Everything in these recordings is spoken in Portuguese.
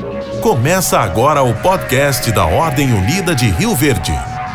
Começa agora o podcast da Ordem Unida de Rio Verde.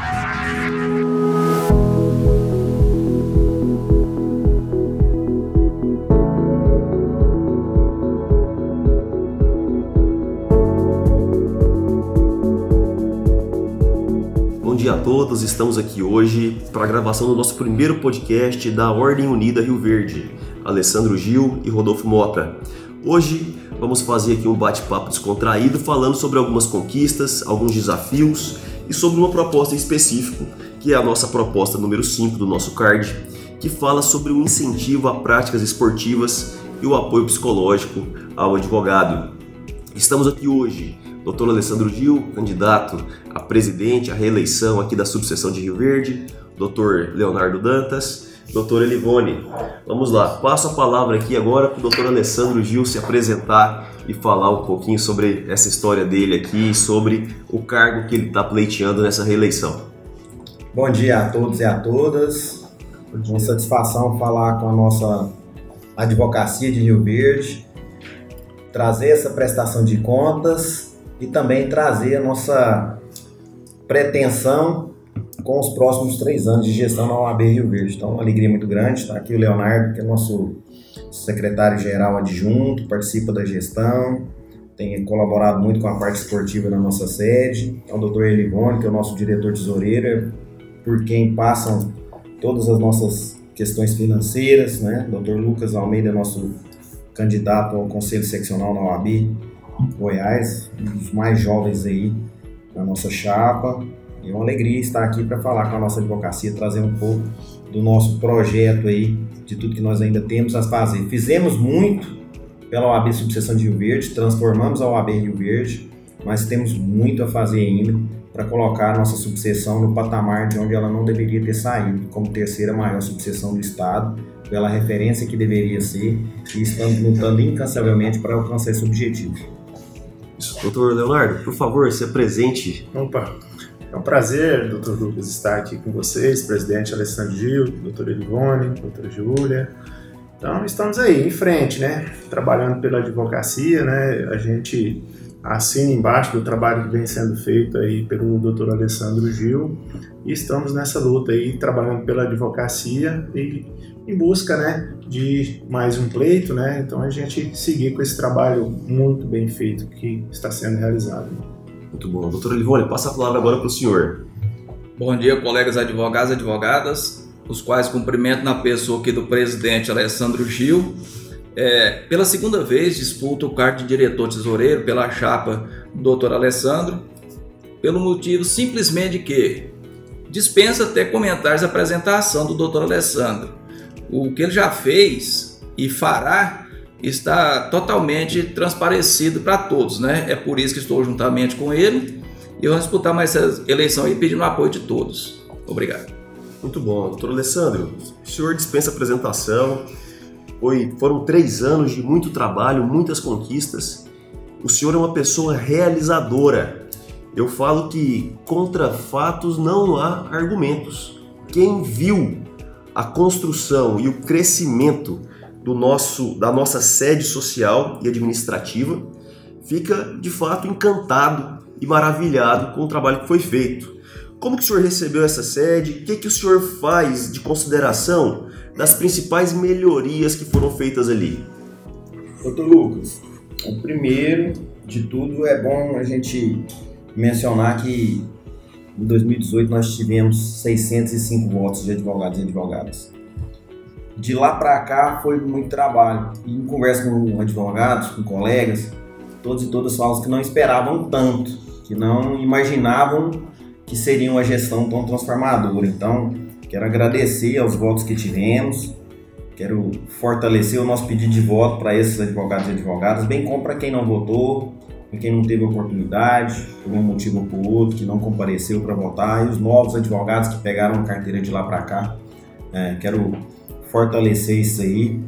Bom dia a todos, estamos aqui hoje para a gravação do nosso primeiro podcast da Ordem Unida Rio Verde, Alessandro Gil e Rodolfo Mota. Hoje vamos fazer aqui um bate-papo descontraído falando sobre algumas conquistas, alguns desafios e sobre uma proposta em específico, que é a nossa proposta número 5 do nosso card, que fala sobre o incentivo a práticas esportivas e o apoio psicológico ao advogado. Estamos aqui hoje, Dr. Alessandro Gil, candidato a presidente, à reeleição aqui da subseção de Rio Verde, Dr. Leonardo Dantas, Dr. Elivone. Vamos lá, passo a palavra aqui agora para o Dr. Alessandro Gil se apresentar e falar um pouquinho sobre essa história dele aqui, sobre o cargo que ele está pleiteando nessa reeleição. Bom dia a todos e a todas. Uma satisfação falar com a nossa advocacia de Rio Verde, trazer essa prestação de contas e também trazer a nossa pretensão com os próximos 3 anos de gestão na OAB Rio Verde. Então, uma alegria muito grande. Está aqui o Leonardo, que é nosso secretário-geral adjunto, participa da gestão, tem colaborado muito com a parte esportiva na nossa sede. É o Dr. Elivone, que é o nosso diretor tesoureiro, por quem passam todas as nossas questões financeiras, né? Dr. Lucas Almeida, nosso candidato ao Conselho Seccional na OAB Goiás, um dos mais jovens aí na nossa chapa. É uma alegria estar aqui para falar com a nossa advocacia, trazer um pouco do nosso projeto aí, de tudo que nós ainda temos a fazer. Fizemos muito pela OAB Subseção de Rio Verde, transformamos a OAB Rio Verde, mas temos muito a fazer ainda para colocar a nossa subseção no patamar de onde ela não deveria ter saído, como terceira maior subseção do Estado, pela referência que deveria ser, e estamos lutando incansavelmente para alcançar esse objetivo. Isso. Doutor Leonardo, por favor, se apresente. Opa! É um prazer, Dr. Lucas, estar aqui com vocês, presidente Alessandro Gil, Dr. Elivone, Dra. Júlia. Então, estamos aí, em frente, né? Trabalhando pela advocacia, né? A gente assina embaixo do trabalho que vem sendo feito aí pelo Dr. Alessandro Gil e estamos nessa luta aí, trabalhando pela advocacia e em busca, né, de mais um pleito, né? Então, a gente seguir com esse trabalho muito bem feito que está sendo realizado. Muito bom. Doutor Elivone, passa a palavra agora para o senhor. Bom dia, colegas advogados e advogadas, os quais cumprimento na pessoa aqui do presidente Alessandro Gil. Pela segunda vez disputo o cargo de diretor tesoureiro pela chapa do Dr. Alessandro, pelo motivo simplesmente que dispensa até comentários da apresentação do Dr. Alessandro. O que ele já fez e fará está totalmente transparecido para todos, né? É por isso que estou juntamente com ele e vamos disputar mais essa eleição aí pedindo o apoio de todos. Obrigado. Muito bom. Doutor Alessandro, o senhor dispensa apresentação, foram 3 anos de muito trabalho, muitas conquistas. O senhor é uma pessoa realizadora. Eu falo que contra fatos não há argumentos. Quem viu a construção e o crescimento da nossa sede social e administrativa, fica de fato encantado e maravilhado com o trabalho que foi feito. Como que o senhor recebeu essa sede? O que o senhor faz de consideração das principais melhorias que foram feitas ali? Doutor Lucas, o primeiro de tudo é bom a gente mencionar que em 2018 nós tivemos 605 votos de advogados e advogadas. De lá para cá foi muito trabalho. E em conversa com advogados, com colegas, todos e todas falam que não esperavam tanto, que não imaginavam que seria uma gestão tão transformadora. Então, quero agradecer aos votos que tivemos, quero fortalecer o nosso pedido de voto para esses advogados e advogadas, bem como para quem não votou, para quem não teve oportunidade, por um motivo ou por outro, que não compareceu para votar, e os novos advogados que pegaram a carteira de lá para cá. Quero fortalecer isso aí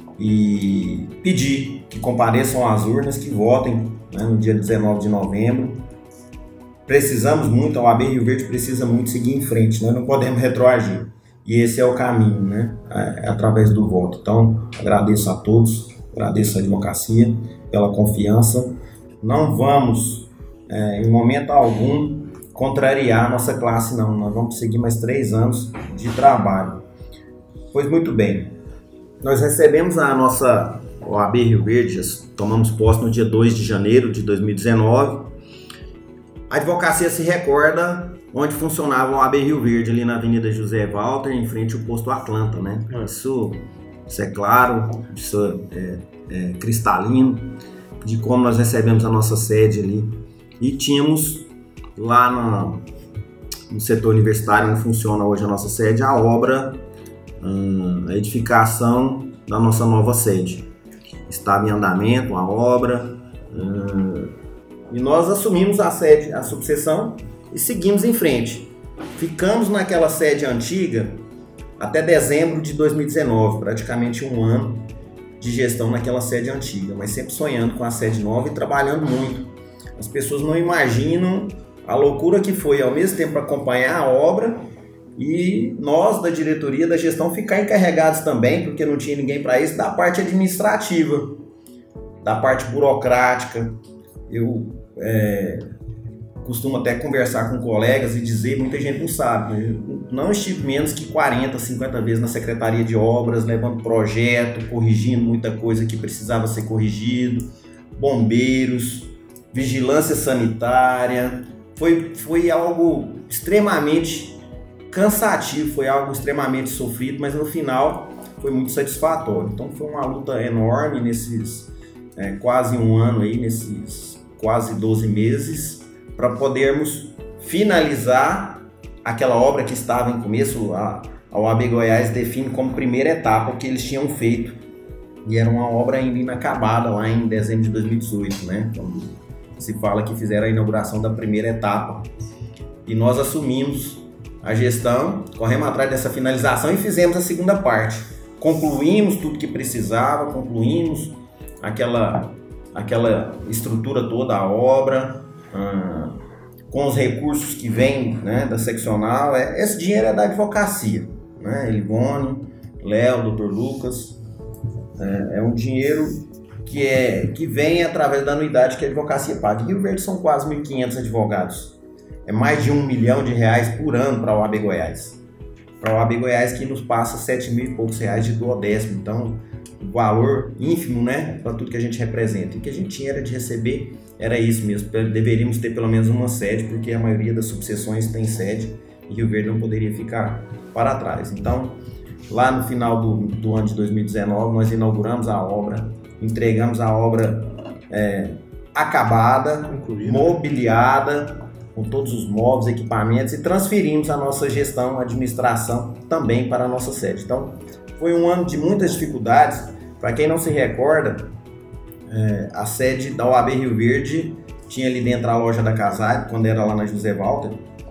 e pedir que compareçam às urnas, que votem, né, no dia 19 de novembro. Precisamos muito, a OAB Rio Verde precisa muito seguir em frente, nós não podemos retroagir. E esse é o caminho, né? Através do voto. Então, agradeço a todos, agradeço a advocacia pela confiança não vamos, em momento algum, contrariar a nossa classe, não. Nós vamos seguir mais 3 anos de trabalho. Pois muito bem, nós recebemos a nossa OAB Rio Verde, tomamos posse no dia 2 de janeiro de 2019. A advocacia se recorda onde funcionava o OAB Rio Verde, ali na Avenida José Walter, em frente ao posto Atlanta, né? Isso é claro, isso é cristalino, de como nós recebemos a nossa sede ali. E tínhamos lá no setor universitário, onde funciona hoje a nossa sede, a obra, a edificação da nossa nova sede. Estava em andamento a obra, e nós assumimos a sede, a subseção, e seguimos em frente. Ficamos naquela sede antiga até dezembro de 2019, praticamente 1 ano de gestão naquela sede antiga, mas sempre sonhando com a sede nova e trabalhando muito. As pessoas não imaginam a loucura que foi, ao mesmo tempo, acompanhar a obra e nós, da diretoria, da gestão, ficar encarregados também, porque não tinha ninguém para isso, da parte administrativa, da parte burocrática. Eu costumo até conversar com colegas e dizer, muita gente não sabe, não estive menos que 40, 50 vezes na Secretaria de Obras, levando projeto, corrigindo muita coisa que precisava ser corrigido, bombeiros, vigilância sanitária. Foi algo extremamente cansativo, foi algo extremamente sofrido, mas no final foi muito satisfatório. Então foi uma luta enorme nesses quase 1 ano aí, nesses quase 12 meses, para podermos finalizar aquela obra que estava em começo. A OAB Goiás define como primeira etapa o que eles tinham feito, e era uma obra ainda inacabada lá em dezembro de 2018, né? Então, se fala que fizeram a inauguração da primeira etapa, e nós assumimos a gestão, corremos atrás dessa finalização e fizemos a segunda parte. Concluímos tudo que precisava, concluímos aquela estrutura toda, a obra, com os recursos que vêm, né, da seccional. Esse dinheiro é da advocacia, né? Elivone, Léo, Dr. Lucas, é um dinheiro que vem através da anuidade que a advocacia paga. Em Rio Verde são quase 1.500 advogados, é mais de R$1 milhão por ano para a OAB Goiás. Para a OAB Goiás, que nos passa R$7.000 e poucos de duodécimo, então um valor ínfimo, né, para tudo que a gente representa. E o que a gente tinha era de receber, era isso mesmo. Deveríamos ter pelo menos uma sede, porque a maioria das subseções tem sede e Rio Verde não poderia ficar para trás. Então, lá no final do ano de 2019, nós inauguramos a obra, entregamos a obra acabada, concluída, mobiliada, com todos os móveis, equipamentos, e transferimos a nossa gestão, a administração também para a nossa sede. Então, foi um ano de muitas dificuldades. Para quem não se recorda, a sede da OAB Rio Verde tinha ali dentro a loja da Casale, quando era lá na José Walter,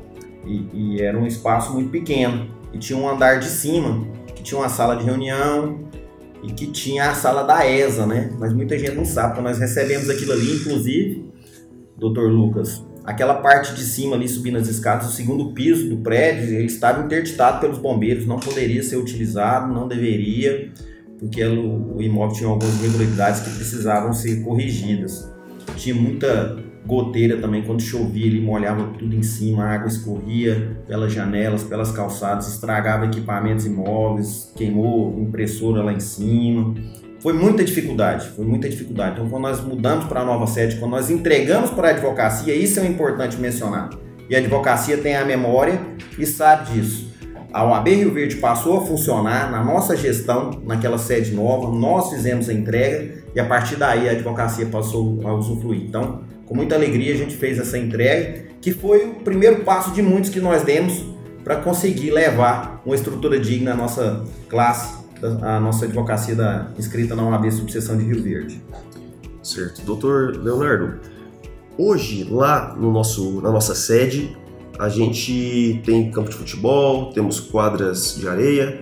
e era um espaço muito pequeno, e tinha um andar de cima, que tinha uma sala de reunião, e que tinha a sala da ESA, né? Mas muita gente não sabe, quando nós recebemos aquilo ali, inclusive, Dr. Lucas, aquela parte de cima ali, subindo as escadas, o segundo piso do prédio, ele estava interditado pelos bombeiros, não poderia ser utilizado, não deveria, porque o imóvel tinha algumas irregularidades que precisavam ser corrigidas. Tinha muita goteira também, quando chovia ele molhava tudo em cima, a água escorria pelas janelas, pelas calçadas, estragava equipamentos imóveis, queimou impressora lá em cima. Foi muita dificuldade. Então, quando nós mudamos para a nova sede, quando nós entregamos para a advocacia, isso é importante mencionar. E a advocacia tem a memória e sabe disso. A OAB Rio Verde passou a funcionar na nossa gestão, naquela sede nova, nós fizemos a entrega e a partir daí a advocacia passou a usufruir. Então, com muita alegria a gente fez essa entrega, que foi o primeiro passo de muitos que nós demos para conseguir levar uma estrutura digna à nossa classe, a nossa advocacia inscrita na OAB Subseção de Rio Verde. Certo. Doutor Leonardo, hoje lá na nossa sede a gente tem campo de futebol, temos quadras de areia.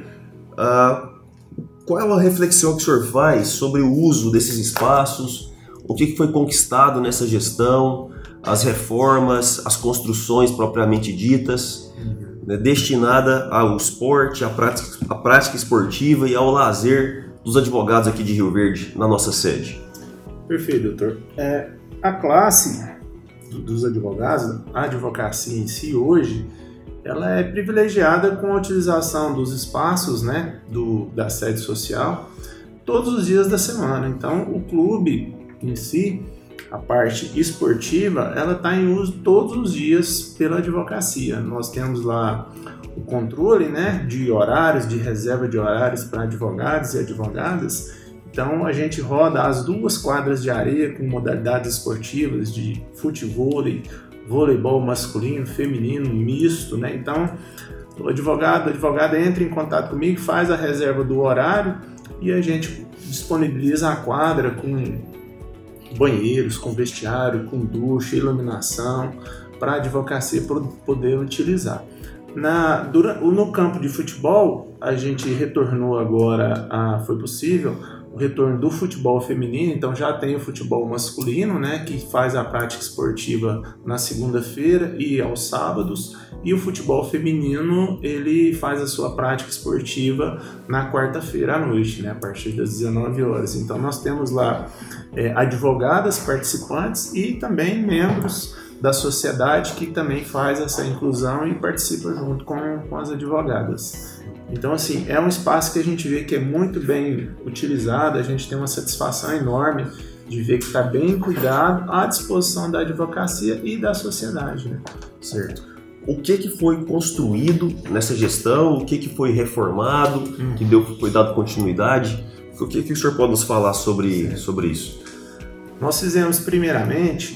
Qual é a reflexão que o senhor faz sobre o uso desses espaços? O que foi conquistado nessa gestão? As reformas, as construções propriamente ditas, destinada ao esporte, à prática esportiva e ao lazer dos advogados aqui de Rio Verde, na nossa sede. Perfeito, doutor. a classe dos advogados, a advocacia em si hoje, ela é privilegiada com a utilização dos espaços, né, da sede social todos os dias da semana. Então, o clube em si, a parte esportiva, ela está em uso todos os dias pela advocacia. Nós temos lá o controle, né, de horários, de reserva de horários para advogados e advogadas. Então, a gente roda as 2 quadras de areia com modalidades esportivas de futevôlei, voleibol masculino, feminino, misto, né? Então, o advogado, a advogada entra em contato comigo, faz a reserva do horário e a gente disponibiliza a quadra com banheiros, com vestiário, com ducha, iluminação, para a advocacia poder utilizar. No campo de futebol, a gente retornou agora, foi possível o retorno do futebol feminino, então já tem o futebol masculino, né, que faz a prática esportiva na segunda-feira e aos sábados, e o futebol feminino, ele faz a sua prática esportiva na quarta-feira à noite, né, a partir das 19 horas. Então nós temos lá advogadas participantes e também membros da sociedade que também faz essa inclusão e participa junto com as advogadas. Então, assim, é um espaço que a gente vê que é muito bem utilizado, a gente tem uma satisfação enorme de ver que está bem cuidado à disposição da advocacia e da sociedade, né? Certo. O que foi construído nessa gestão? O que foi reformado? Que foi dado continuidade? O que o senhor pode nos falar sobre isso? Nós fizemos, primeiramente,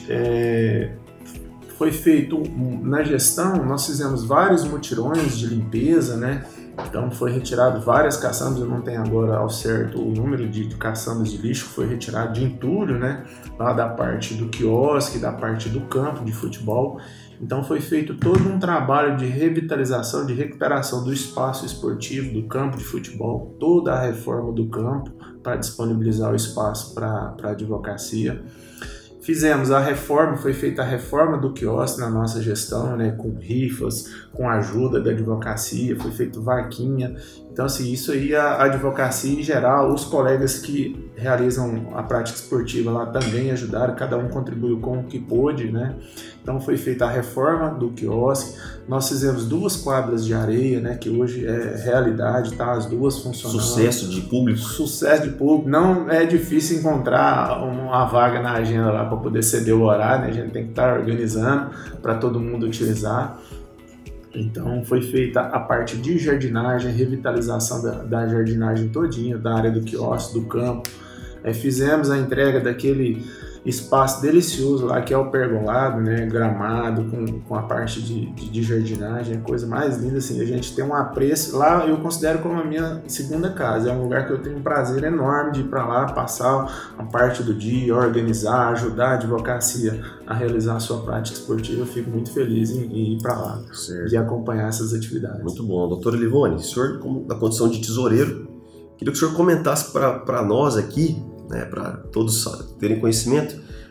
foi feito na gestão, nós fizemos vários mutirões de limpeza, né? Então foi retirado várias caçambas, eu não tenho agora ao certo o número de caçambas de lixo que foi retirado de entulho, né? Lá da parte do quiosque, da parte do campo de futebol. Então foi feito todo um trabalho de revitalização, de recuperação do espaço esportivo, do campo de futebol, toda a reforma do campo para disponibilizar o espaço para a advocacia. Fizemos a reforma, foi feita a reforma do quiosque na nossa gestão, né, com rifas, com a ajuda da advocacia, foi feito vaquinha. Então, assim, isso aí a advocacia em geral, os colegas que realizam a prática esportiva lá também ajudaram, cada um contribuiu com o que pôde, né? Então foi feita a reforma do quiosque, nós fizemos 2 quadras de areia, né, que hoje é realidade, tá? As 2 funcionando. Sucesso de público? Sucesso de público, não é difícil encontrar uma vaga na agenda lá para poder ceder o horário, né? A gente tem que estar organizando para todo mundo utilizar. Então foi feita a parte de jardinagem, revitalização da jardinagem todinha, da área do quiosque, do campo. Fizemos a entrega daquele espaço delicioso lá que é o pergolado, né, gramado com a parte de jardinagem, é a coisa mais linda, assim, a gente tem um apreço, lá eu considero como a minha segunda casa, é um lugar que eu tenho um prazer enorme de ir para lá, passar a parte do dia, organizar, ajudar a advocacia a realizar a sua prática esportiva, eu fico muito feliz em ir para lá, certo, e acompanhar essas atividades. Muito bom. Doutor Elivone, o senhor, na condição de tesoureiro, queria que o senhor comentasse para nós aqui, né, para todos terem conhecimento,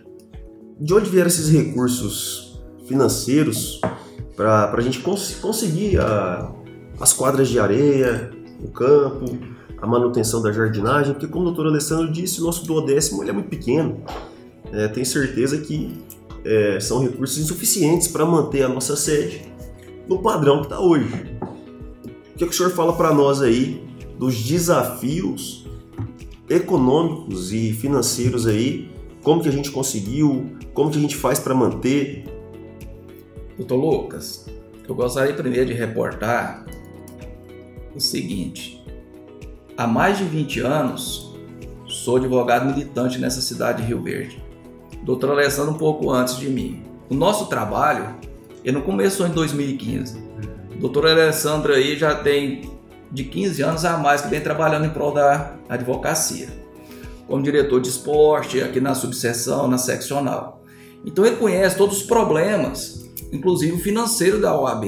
de onde vieram esses recursos financeiros para a gente conseguir as quadras de areia, o campo, a manutenção da jardinagem, porque como o doutor Alessandro disse, o nosso duodécimo ele é muito pequeno, tenho certeza que são recursos insuficientes para manter a nossa sede no padrão que está hoje. O que o senhor fala para nós aí dos desafios econômicos e financeiros aí, como que a gente conseguiu, como que a gente faz para manter? Doutor Lucas, eu gostaria primeiro de reportar o seguinte: há mais de 20 anos sou advogado militante nessa cidade de Rio Verde. Doutor Alessandro um pouco antes de mim. O nosso trabalho, ele não começou em 2015. O doutor Alessandro aí já tem de 15 anos a mais que vem trabalhando em prol da advocacia, como diretor de esporte, aqui na subseção, na seccional. Então ele conhece todos os problemas, inclusive o financeiro da OAB.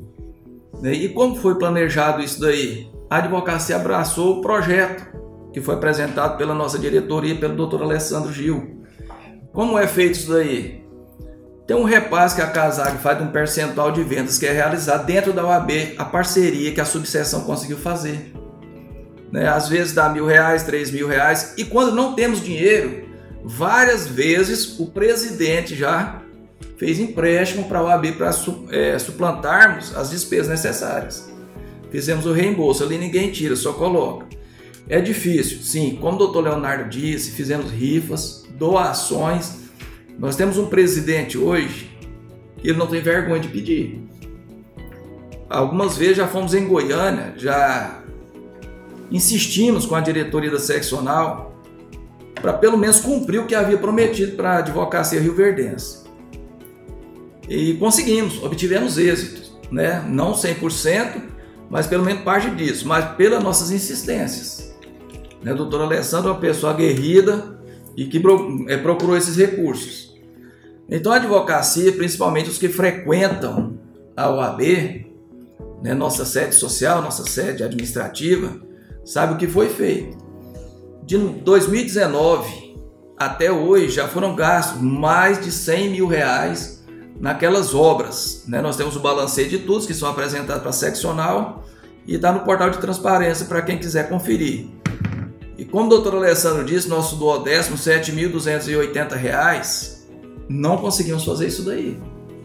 E como foi planejado isso daí? A advocacia abraçou o projeto que foi apresentado pela nossa diretoria, pelo doutor Alessandro Gil. Como é feito isso daí? Tem um repasse que a CASAG faz de um percentual de vendas que é realizado dentro da OAB, a parceria que a subseção conseguiu fazer. Às vezes dá R$1.000, R$3.000, e quando não temos dinheiro, Várias vezes o presidente já fez empréstimo para a OAB para suplantarmos as despesas necessárias. Fizemos o reembolso, ali ninguém tira, só coloca. É difícil, sim, como o doutor Leonardo disse, fizemos rifas, doações. Nós temos um presidente hoje que ele não tem vergonha de pedir. Algumas vezes já fomos em Goiânia, já insistimos com a diretoria da seccional para pelo menos cumprir o que havia prometido para a advocacia rioverdense. E conseguimos, obtivemos êxitos, né? Não 100%, mas pelo menos parte disso, mas pelas nossas insistências. O doutor Alessandro é uma pessoa aguerrida e que procurou esses recursos. Então a advocacia, principalmente os que frequentam a OAB, né, nossa sede social, nossa sede administrativa, sabe o que foi feito. De 2019 até hoje já foram gastos mais de R$100 mil naquelas obras, né? Nós temos o balanceio de tudo que são apresentados para a seccional e está no portal de transparência para quem quiser conferir. E como o doutor Alessandro disse, nosso duodécimo, R$7.280, não conseguimos fazer isso daí.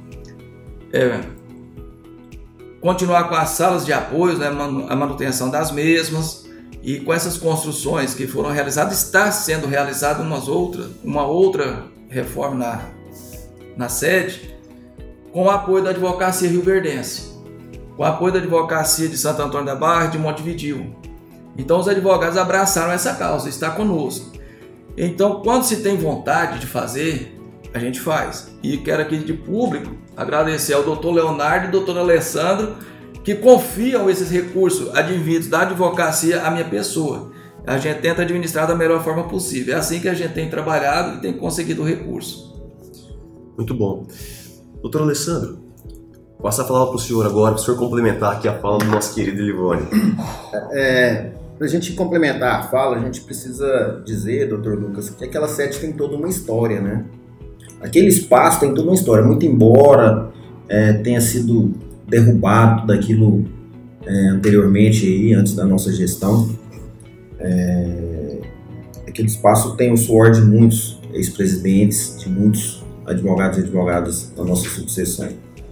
Continuar com as salas de apoio, né, a manutenção das mesmas, e com essas construções que foram realizadas, está sendo realizada uma outra reforma na sede, com o apoio da advocacia rioverdense, com o apoio da advocacia de Santo Antônio da Barra e de Montevidéu. Então os advogados abraçaram essa causa, está conosco. Então, quando se tem vontade de fazer, a gente faz. E quero aqui de público agradecer ao doutor Leonardo e ao doutor Alessandro, que confiam esses recursos advindos da advocacia à minha pessoa. A gente tenta administrar da melhor forma possível. É assim que a gente tem trabalhado e tem conseguido o recurso. Muito bom. Doutor Alessandro, vou passar a palavra para o senhor agora, para o senhor complementar aqui a fala do nosso querido Livone. Para a gente complementar a fala, a gente precisa dizer, doutor Lucas, que aquela sede tem toda uma história, né? Aquele espaço tem toda uma história, muito embora tenha sido derrubado tudo aquilo anteriormente, aí, antes da nossa gestão. Aquele espaço tem o suor de muitos ex-presidentes, de muitos advogados e advogadas da nossa subseção.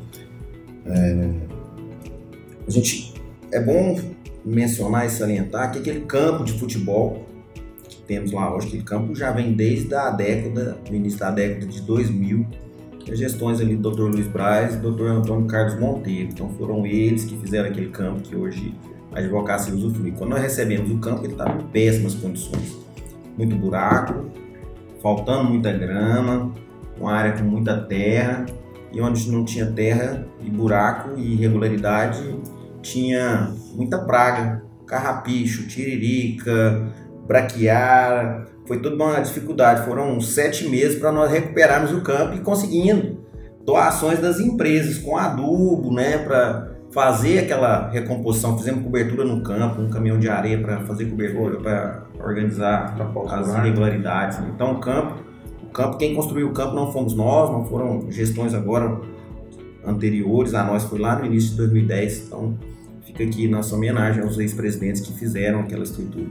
É bom mencionar e salientar que aquele campo de futebol que temos lá hoje, aquele campo já vem desde no início da década de 2000, as gestões ali do Dr. Luiz Braz e do Dr. Antônio Carlos Monteiro. Então foram eles que fizeram aquele campo que hoje a advocacia usufrui. Quando nós recebemos o campo, ele estava em péssimas condições. Muito buraco, faltando muita grama, uma área com muita terra, e onde não tinha terra e buraco e irregularidade, tinha muita praga, carrapicho, tiririca, braquiária. Foi toda uma dificuldade. Foram 7 meses para nós recuperarmos o campo e conseguindo doações das empresas com adubo, né, para fazer aquela recomposição. Fizemos cobertura no campo, um caminhão de areia para fazer cobertura, para organizar as irregularidades. Então o campo, quem construiu o campo não fomos nós, não foram gestões agora anteriores a nós, foi lá no início de 2010. Então fica aqui nossa homenagem aos ex-presidentes que fizeram aquela estrutura.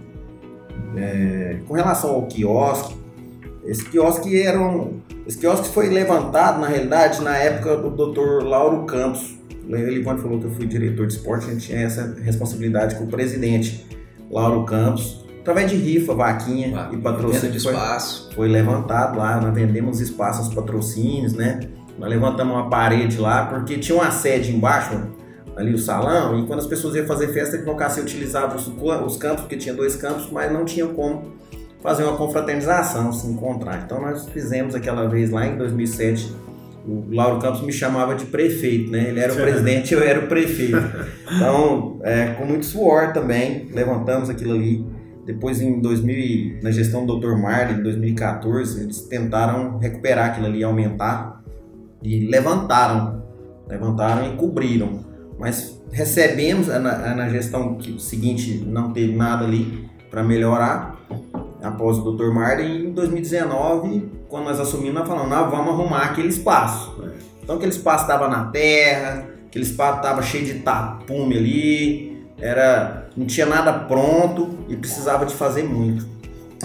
Com relação ao quiosque, esse quiosque foi levantado, na realidade, na época do Dr. Lauro Campos. Ele, quando falou que eu fui diretor de esporte, a gente tinha essa responsabilidade com o presidente Lauro Campos. Através de rifa, vaquinha e patrocínio de espaço. Foi levantado lá, nós vendemos espaço aos patrocínios, né? Nós levantamos uma parede lá, porque tinha uma sede embaixo, ali o salão, e quando as pessoas iam fazer festa, a advocacia utilizava os campos, porque tinha 2 campos, mas não tinha como fazer uma confraternização, se encontrar. Então nós fizemos aquela vez lá em 2007, o Lauro Campos me chamava de prefeito, né? Ele era o presidente, eu era o prefeito. Então, com muito suor também, levantamos aquilo ali. Depois, na gestão do Dr. Marley, em 2014, eles tentaram recuperar aquilo ali, aumentar, e levantaram e cobriram. Mas recebemos, na gestão seguinte, não teve nada ali para melhorar, após o Dr. Marley, e em 2019, quando nós assumimos, nós falamos, vamos arrumar aquele espaço. Então aquele espaço estava na terra, aquele espaço estava cheio de tapume ali, não tinha nada pronto e precisava de fazer muito.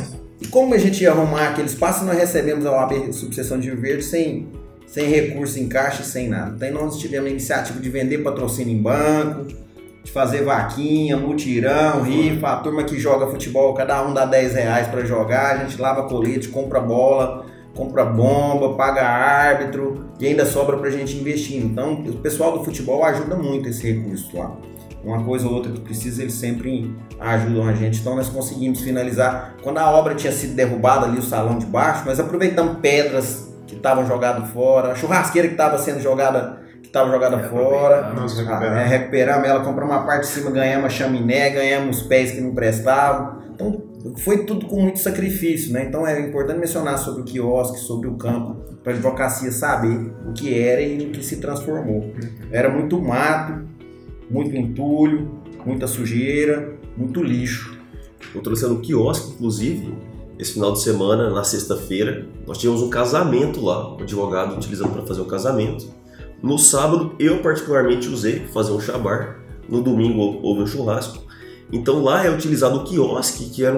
como a gente ia arrumar aquele espaço, nós recebemos a OAB Subseção de Rio Verde sem recurso em caixa e sem nada. Então nós tivemos a iniciativa de vender patrocínio em banco, de fazer vaquinha, mutirão, rifa, a turma que joga futebol, cada um dá R$10 para jogar, a gente lava colete, compra bola, compra bomba, paga árbitro e ainda sobra pra gente investir. Então o pessoal do futebol ajuda muito esse recurso lá. Uma coisa ou outra que precisa, eles sempre ajudam a gente. Então nós conseguimos finalizar. Quando a obra tinha sido derrubada ali, o salão de baixo, nós aproveitamos pedras que estavam jogadas fora, a churrasqueira que estava sendo jogada fora, recuperamos ela, compramos uma parte de cima, ganhamos a chaminé, ganhamos os pés que não prestavam. Então foi tudo com muito sacrifício, né? Então é importante mencionar sobre o quiosque, sobre o campo, para a advocacia saber o que era e no que se transformou. Era muito mato, muito entulho, muita sujeira, muito lixo. Eu trouxe no quiosque, inclusive, esse final de semana, na sexta-feira, nós tínhamos um casamento lá, o advogado utilizando para fazer o casamento. No sábado, eu particularmente usei para fazer um chabar. No domingo, houve um churrasco. Então lá é utilizado o quiosque, que era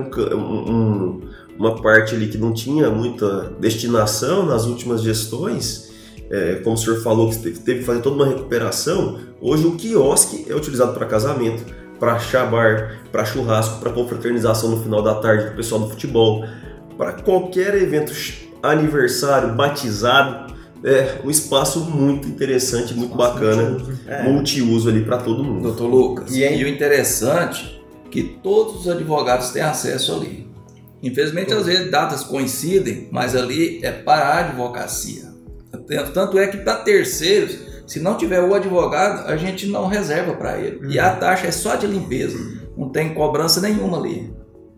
uma parte ali que não tinha muita destinação nas últimas gestões. Como o senhor falou, que teve que fazer toda uma recuperação. Hoje o quiosque é utilizado para casamento, para chabar, para churrasco, para confraternização no final da tarde do pessoal do futebol, para qualquer evento, aniversário, batizado. É um espaço muito interessante, muito bacana, multiuso ali para todo mundo. Doutor Lucas, e o interessante é que todos os advogados têm acesso ali. Infelizmente, às vezes, datas coincidem, mas ali é para a advocacia. Tanto é que para terceiros, se não tiver o advogado, a gente não reserva para ele. E a taxa é só de limpeza, não tem cobrança nenhuma ali.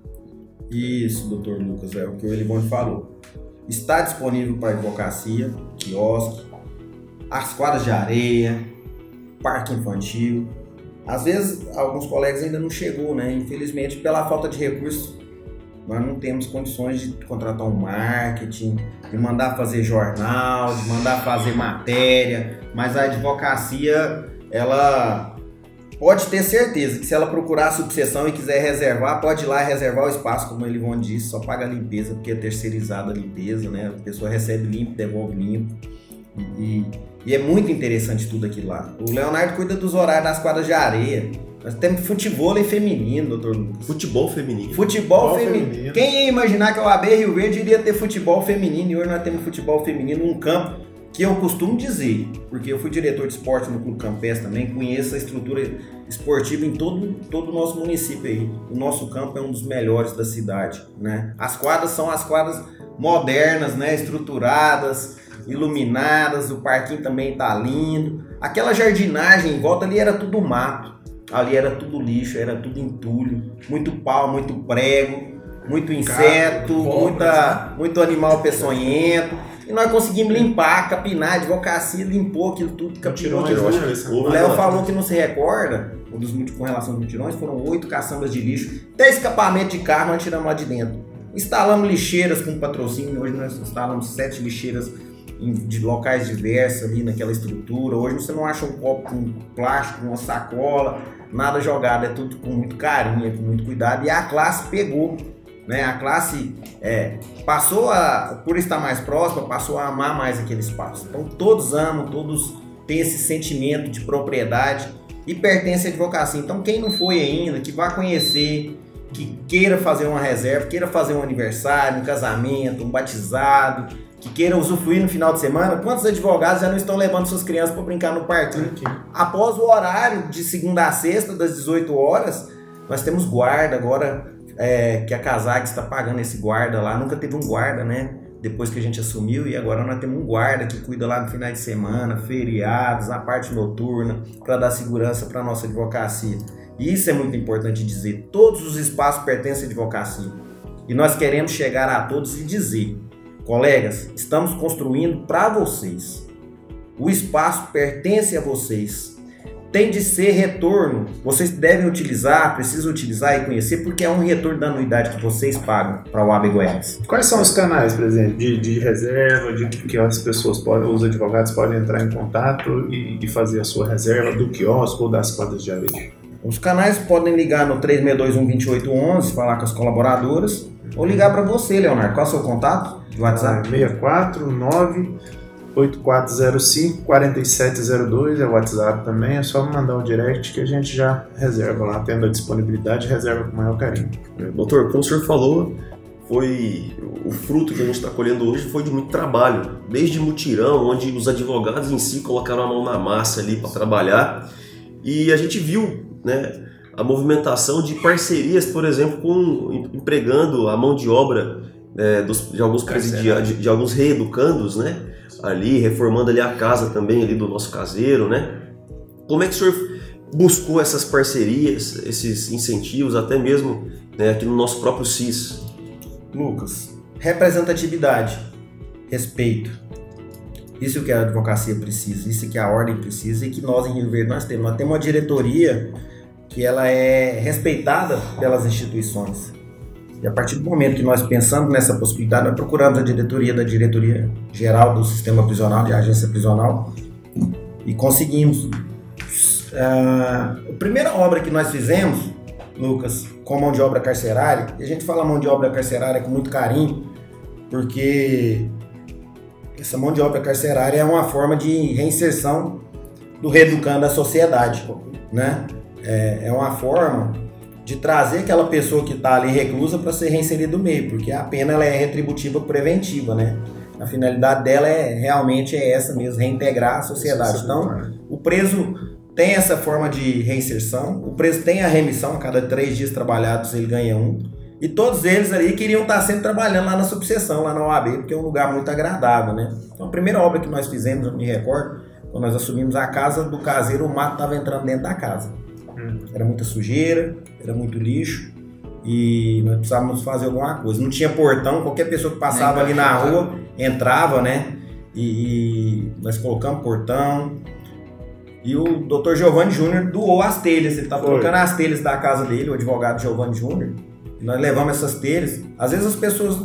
Isso, doutor Lucas, é o que o Elivone falou. Está disponível para advocacia, quiosque, as quadras de areia, parque infantil. Às vezes, alguns colegas ainda não chegou, né? Infelizmente, pela falta de recursos, nós não temos condições de contratar um marketing, de mandar fazer jornal, de mandar fazer matéria, mas a advocacia, ela pode ter certeza que se ela procurar a subseção e quiser reservar, pode ir lá e reservar o espaço, como o Elivone disse, só paga a limpeza, porque é terceirizada a limpeza, né? A pessoa recebe limpo, devolve limpo. E é muito interessante tudo aquilo lá. O Leonardo cuida dos horários das quadras de areia. Nós temos futebol feminino, doutor Lucas. Futebol feminino. Futebol feminino. Quem ia imaginar que a OAB Rio Verde iria ter futebol feminino? E hoje nós temos futebol feminino num campo que eu costumo dizer, porque eu fui diretor de esporte no Clube Campestre também, conheço a estrutura esportiva em todo o nosso município aí. O nosso campo é um dos melhores da cidade, né? As quadras são as quadras modernas, né? Estruturadas, iluminadas, o parquinho também tá lindo. Aquela jardinagem em volta ali era tudo mato, ali era tudo lixo, era tudo entulho, muito pau, muito prego, muito inseto, muito animal peçonhento. E nós conseguimos limpar, capinar, a advocacia limpou aquilo tudo, capinou. O Léo falou que não se recorda, com relação aos mutirões, foram 8 caçambas de lixo, até escapamento de carro nós tiramos lá de dentro. Instalamos lixeiras com patrocínio, hoje nós instalamos 7 lixeiras de locais diversos ali naquela estrutura. Hoje você não acha um copo com plástico, uma sacola, nada jogado, é tudo com muito carinho, com muito cuidado. E a classe pegou, né? A classe passou por estar mais próxima, passou a amar mais aquele espaço. Então todos amam, todos têm esse sentimento de propriedade e pertence à advocacia. Então quem não foi ainda, que vá conhecer, que queira fazer uma reserva, queira fazer um aniversário, um casamento, um batizado, que queira usufruir no final de semana. Quantos advogados já não estão levando suas crianças para brincar no parquinho? Após o horário de segunda a sexta, das 18 horas, nós temos guarda agora, que a CASAG está pagando esse guarda lá. Nunca teve um guarda, né? Depois que a gente assumiu, e agora nós temos um guarda que cuida lá no final de semana, feriados, a parte noturna, para dar segurança para a nossa advocacia. E isso é muito importante dizer. Todos os espaços pertencem à advocacia. E nós queremos chegar a todos e dizer: colegas, estamos construindo para vocês. O espaço pertence a vocês. Tem de ser retorno. Vocês devem utilizar, precisam utilizar e conhecer, porque é um retorno da anuidade que vocês pagam para a OAB Goiás. Quais são os canais, por exemplo, de reserva, de que as pessoas os advogados podem entrar em contato e fazer a sua reserva do quiosque ou das quadras de areia? Os canais podem ligar no 3621-2811, falar com as colaboradoras, Ou ligar para você, Leonardo. Qual é o seu contato de WhatsApp? 649-8405-4702 é o WhatsApp também. É só mandar o direct que a gente já reserva lá. Tendo a disponibilidade, reserva com o maior carinho. Doutor, como o senhor falou, o fruto que a gente está colhendo hoje foi de muito trabalho, desde mutirão, onde os advogados em si colocaram a mão na massa ali para trabalhar, e a gente viu, né, a movimentação de parcerias, por exemplo, empregando a mão de obra de alguns reeducandos, né, ali reformando ali a casa também ali do nosso caseiro, né? Como é que o senhor buscou essas parcerias, esses incentivos, até mesmo, né, aqui no nosso próprio CIS? Lucas, representatividade, respeito. Isso que a advocacia precisa, isso que a ordem precisa e que nós em Rio Verde nós temos. Nós temos uma diretoria que ela é respeitada pelas instituições. E a partir do momento que nós pensamos nessa possibilidade, nós procuramos a diretoria da Diretoria Geral do Sistema Prisional, de Agência Prisional, e conseguimos. A primeira obra que nós fizemos, Lucas, com mão de obra carcerária, e a gente fala mão de obra carcerária com muito carinho, porque essa mão de obra carcerária é uma forma de reinserção do reeducando à sociedade, né? É uma forma de trazer aquela pessoa que está ali reclusa para ser reinserida no meio, porque a pena ela é retributiva preventiva, né? A finalidade dela realmente é essa mesmo, reintegrar a sociedade. Então, o preso tem essa forma de reinserção, o preso tem a remissão, a cada 3 dias trabalhados ele ganha 1, e todos eles ali queriam estar sempre trabalhando lá na subseção, lá na OAB, porque é um lugar muito agradável, né? Então a primeira obra que nós fizemos, eu me recordo, quando nós assumimos a casa do caseiro, o mato estava entrando dentro da casa. Era muita sujeira, era muito lixo, e nós precisávamos fazer alguma coisa. Não tinha portão, qualquer pessoa que passava ali na rua entrava, né? E nós colocamos portão. E o Dr. Giovanni Júnior doou as telhas, ele estava trocando as telhas da casa dele, o advogado Giovanni Júnior, e nós levamos essas telhas. Às vezes as pessoas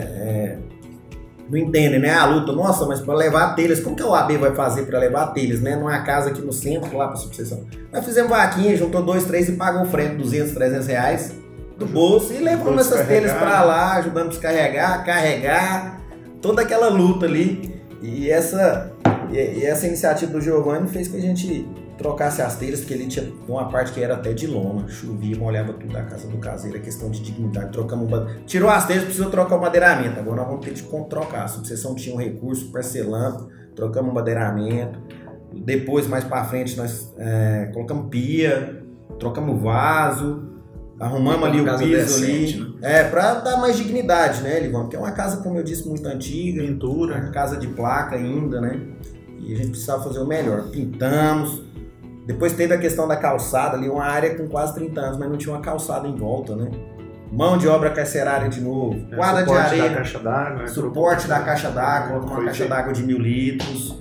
não entendem, né, a luta, nossa, mas para levar telhas, como que a OAB vai fazer para levar telhas, né, numa casa aqui no centro, lá para a subseção? Nós fizemos vaquinha, juntou 2, 3 e pagou o frete, 200, 300 reais do bolso, e levamos essas telhas para lá, ajudando a descarregar, carregar, toda aquela luta ali, e essa iniciativa do Giovanni fez que a gente trocasse as telhas, porque ele tinha uma parte que era até de lona, chovia, molhava tudo da casa do caseiro, é questão de dignidade. Tirou as telhas, precisou trocar o madeiramento, agora nós vamos ter de trocar. A subseção tinha um recurso parcelando, trocamos o madeiramento, depois mais para frente nós colocamos pia, trocamos vaso, arrumamos ali o piso decente, ali, né? Para dar mais dignidade, né, Livão? Porque é uma casa, como eu disse, muito antiga, pintura, uma casa de placa ainda, né? E a gente precisava fazer o melhor. Pintamos. Depois teve a questão da calçada ali, uma área com quase 30 anos, mas não tinha uma calçada em volta, né? Mão de obra carcerária de novo. Quadra de areia. Da caixa d'água, né? Suporte da caixa d'água, uma caixa d'água de 1.000 litros.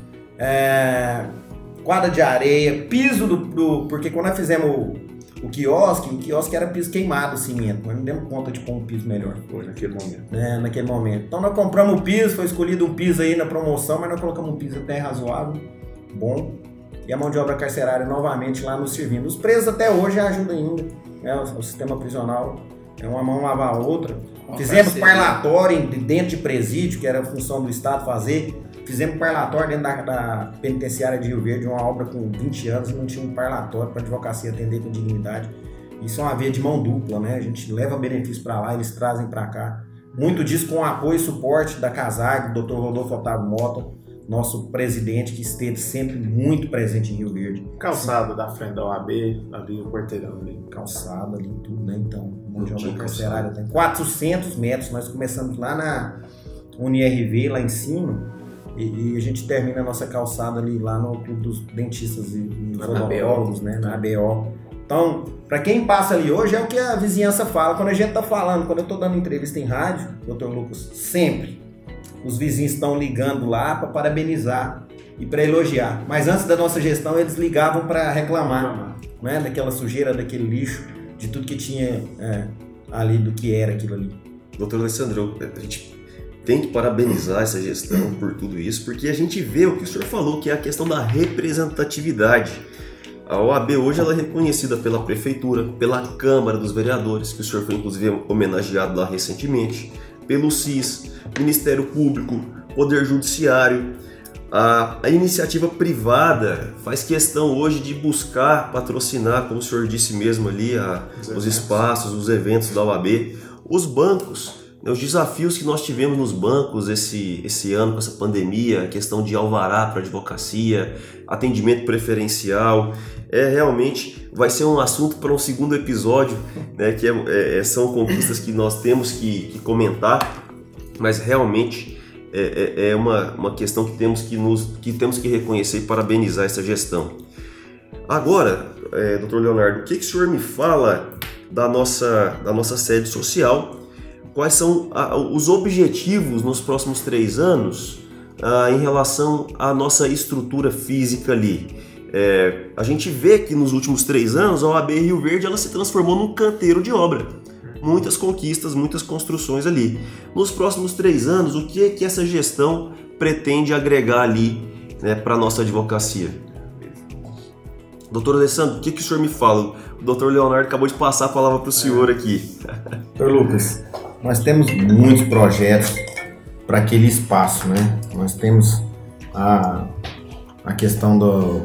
Quadra de areia. Piso porque quando nós fizemos o quiosque era piso queimado, cimento. Mas não demos conta de pôr um piso melhor. Foi naquele momento. Naquele momento. Então nós compramos o piso, foi escolhido um piso aí na promoção, mas nós colocamos um piso até razoável, bom. E a mão de obra carcerária novamente lá nos servindo. Os presos até hoje ajudam ainda, né? O sistema prisional é uma mão lavar a outra. Fizemos parlatório dentro de presídio, que era a função do Estado fazer. Fizemos parlatório dentro da penitenciária de Rio Verde, uma obra com 20 anos e não tinha um parlatório para a advocacia atender com dignidade. Isso é uma via de mão dupla, né? A gente leva benefício para lá, eles trazem para cá. Muito disso com o apoio e suporte da CASAG, do Dr. Rodolfo Otávio Mota, nosso presidente, que esteve sempre muito presente em Rio Verde. Calçada da frente da OAB, ali o quarteirão ali. Calçada ali, tudo, né? Então, mão de obra carcerária tem 400 metros. Nós começamos lá na UniRV, lá em cima, e a gente termina a nossa calçada ali lá no Clube dos Dentistas e Odontólogos, né? Na ABO. Então, para quem passa ali hoje, é o que a vizinhança fala. Quando a gente tá falando, quando eu tô dando entrevista em rádio, Dr. Lucas, sempre os vizinhos estão ligando lá para parabenizar e para elogiar. Mas antes da nossa gestão, eles ligavam para reclamar, né? Daquela sujeira, daquele lixo, de tudo que tinha ali, do que era aquilo ali. Doutor Alessandro, a gente tem que parabenizar essa gestão por tudo isso, porque a gente vê o que o senhor falou, que é a questão da representatividade. A OAB hoje ela é reconhecida pela Prefeitura, pela Câmara dos Vereadores, que o senhor foi inclusive homenageado lá recentemente, pelo CIS, Ministério Público, Poder Judiciário. A iniciativa privada faz questão hoje de buscar patrocinar, como o senhor disse mesmo ali, os espaços, os eventos da OAB. Os bancos, os desafios que nós tivemos nos bancos esse ano com essa pandemia, a questão de alvará para advocacia, atendimento preferencial, realmente vai ser um assunto para um segundo episódio, né, que são conquistas que nós temos que comentar, mas realmente é uma questão que temos que reconhecer e parabenizar essa gestão. Agora, Dr. Leonardo, o que o senhor me fala da nossa sede social? Quais são os objetivos nos próximos 3 anos em relação à nossa estrutura física ali? A gente vê que nos últimos 3 anos a OAB Rio Verde ela se transformou num canteiro de obra. Muitas conquistas, muitas construções ali. Nos próximos 3 anos, o que essa gestão pretende agregar ali, né, para a nossa advocacia? Doutor Alessandro, o que o senhor me fala? O doutor Leonardo acabou de passar a palavra para o senhor aqui. Doutor Lucas, nós temos muitos projetos para aquele espaço, né? Nós temos a questão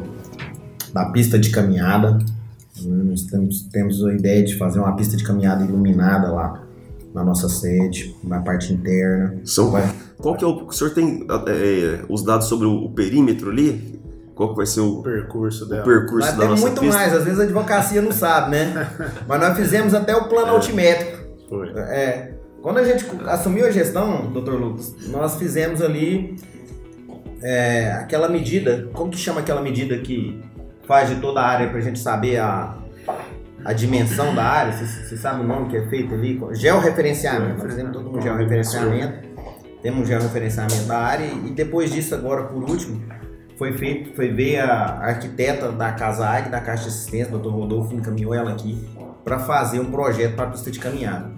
da pista de caminhada. Nós temos a ideia de fazer uma pista de caminhada iluminada lá na nossa sede, na parte interna. Qual que o senhor tem os dados sobre o perímetro ali? Qual que vai ser o percurso dela? Nós temos muito pista? Mais, às vezes a advocacia não sabe, né? Mas nós fizemos até o plano altimétrico. Foi. Quando a gente assumiu a gestão, Dr. Lucas, nós fizemos ali aquela medida, como que chama aquela medida que faz de toda a área para a gente saber a dimensão da área? Você sabe o nome que é feito ali? Georreferenciamento. Nós fizemos todo um georreferenciamento. Temos um georreferenciamento da área e depois disso, agora por último, foi ver a arquiteta da CASAG, da Caixa de Assistência, Dr. Rodolfo, encaminhou ela aqui para fazer um projeto para a pista de caminhada.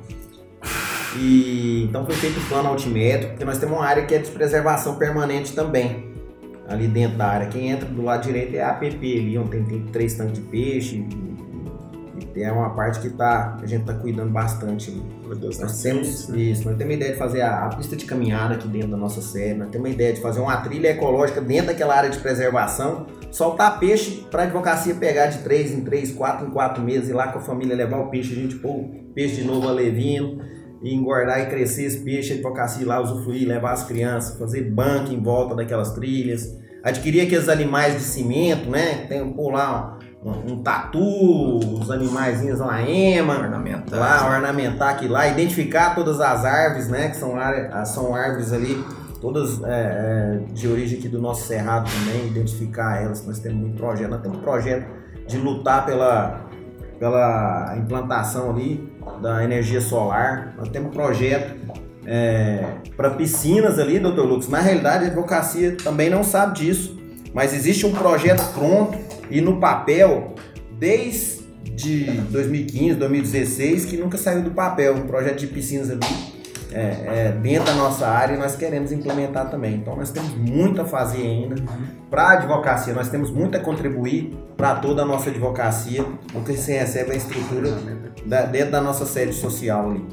E então foi feito o plano altimétrico, porque nós temos uma área que é de preservação permanente também. Ali dentro da área, quem entra do lado direito é a APP ali, onde tem 3 tanques de peixe e é uma parte que a gente está cuidando bastante ali. Nós temos uma ideia de fazer a pista de caminhada aqui dentro da nossa sede, nós temos uma ideia de fazer uma trilha ecológica dentro daquela área de preservação, soltar peixe para a advocacia pegar de 3 em 3, 4 em 4 meses, ir lá com a família levar o peixe, a gente pôr o peixe de novo alevindo, e engordar e crescer esse peixe, a advocacia ir lá usufruir, levar as crianças, fazer banco em volta daquelas trilhas, adquirir aqueles animais de cimento, né? Tem por lá um tatu, os animaizinhos lá, ornamentar aqui lá, identificar todas as árvores, né? Que são árvores ali, todas de origem aqui do nosso cerrado também, identificar elas. Nós temos muito projeto, nós temos um projeto de lutar pela implantação ali da energia solar, nós temos um projeto para piscinas ali, Dr. Lucas. Na realidade a advocacia também não sabe disso, mas existe um projeto pronto e no papel desde 2015, 2016 que nunca saiu do papel, um projeto de piscinas ali dentro da nossa área e nós queremos implementar também. Então nós temos muito a fazer ainda para a advocacia, nós temos muito a contribuir para toda a nossa advocacia, porque se recebe a estrutura dentro da nossa sede social ali.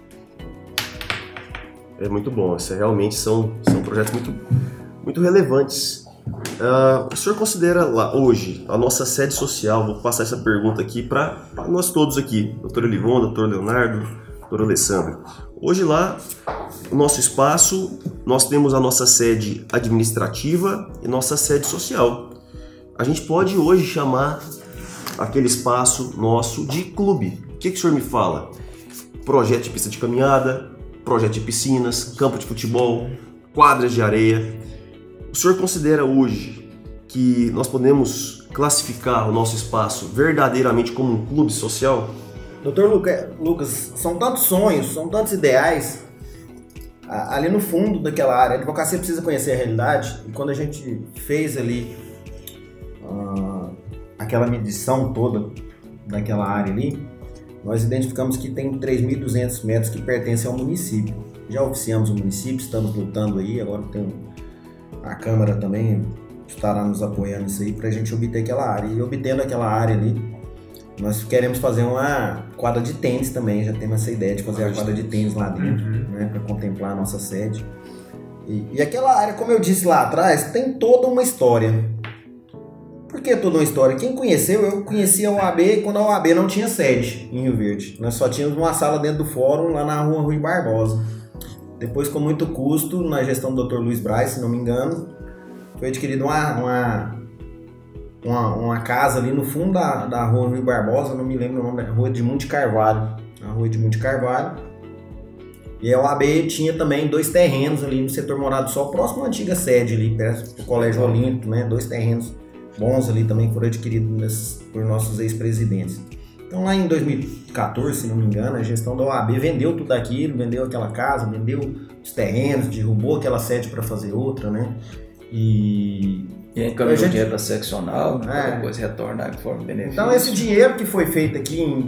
É muito bom, realmente são projetos muito, muito relevantes. O senhor considera lá hoje a nossa sede social, vou passar essa pergunta aqui para nós todos aqui, doutor Elivon, doutor Leonardo, doutor Alessandro. Hoje lá, o nosso espaço, nós temos a nossa sede administrativa e nossa sede social. A gente pode hoje chamar aquele espaço nosso de clube. O que o senhor me fala? Projeto de pista de caminhada, projeto de piscinas, campo de futebol, quadras de areia. O senhor considera hoje que nós podemos classificar o nosso espaço verdadeiramente como um clube social? Doutor Lucas, são tantos sonhos, são tantos ideais ali no fundo daquela área. A advocacia precisa conhecer a realidade e quando a gente fez ali aquela medição toda daquela área ali, nós identificamos que tem 3.200 metros que pertencem ao município. Já oficiamos o município, estamos lutando aí, agora tem a Câmara também estará nos apoiando isso aí pra gente obter aquela área. E obtendo aquela área ali, nós queremos fazer uma quadra de tênis também, já temos essa ideia de fazer a quadra de tênis lá dentro, né, para contemplar a nossa sede. E aquela área, como eu disse lá atrás, tem toda uma história. Por que toda uma história? Quem conheceu, eu conhecia a OAB quando a OAB não tinha sede em Rio Verde. Nós só tínhamos uma sala dentro do fórum lá na rua Rui Barbosa. Depois, com muito custo, na gestão do Dr. Luiz Braz, se não me engano, foi adquirida uma casa ali no fundo da rua Rui Barbosa, não me lembro o nome, da rua Edmundo de Carvalho. A rua Edmundo de Carvalho. E a OAB tinha também 2 terrenos ali no setor Morada do Sol, próximo à antiga sede ali, perto do Colégio Olímpico, né? 2 terrenos bons ali também foram adquiridos por nossos ex-presidentes. Então lá em 2014, se não me engano, a gestão da OAB vendeu tudo aquilo, vendeu aquela casa, vendeu os terrenos, derrubou aquela sede para fazer outra, né? E encaminhou o dinheiro da seccional, né? Depois retornar de forma benefício. Então esse dinheiro que foi feito aqui em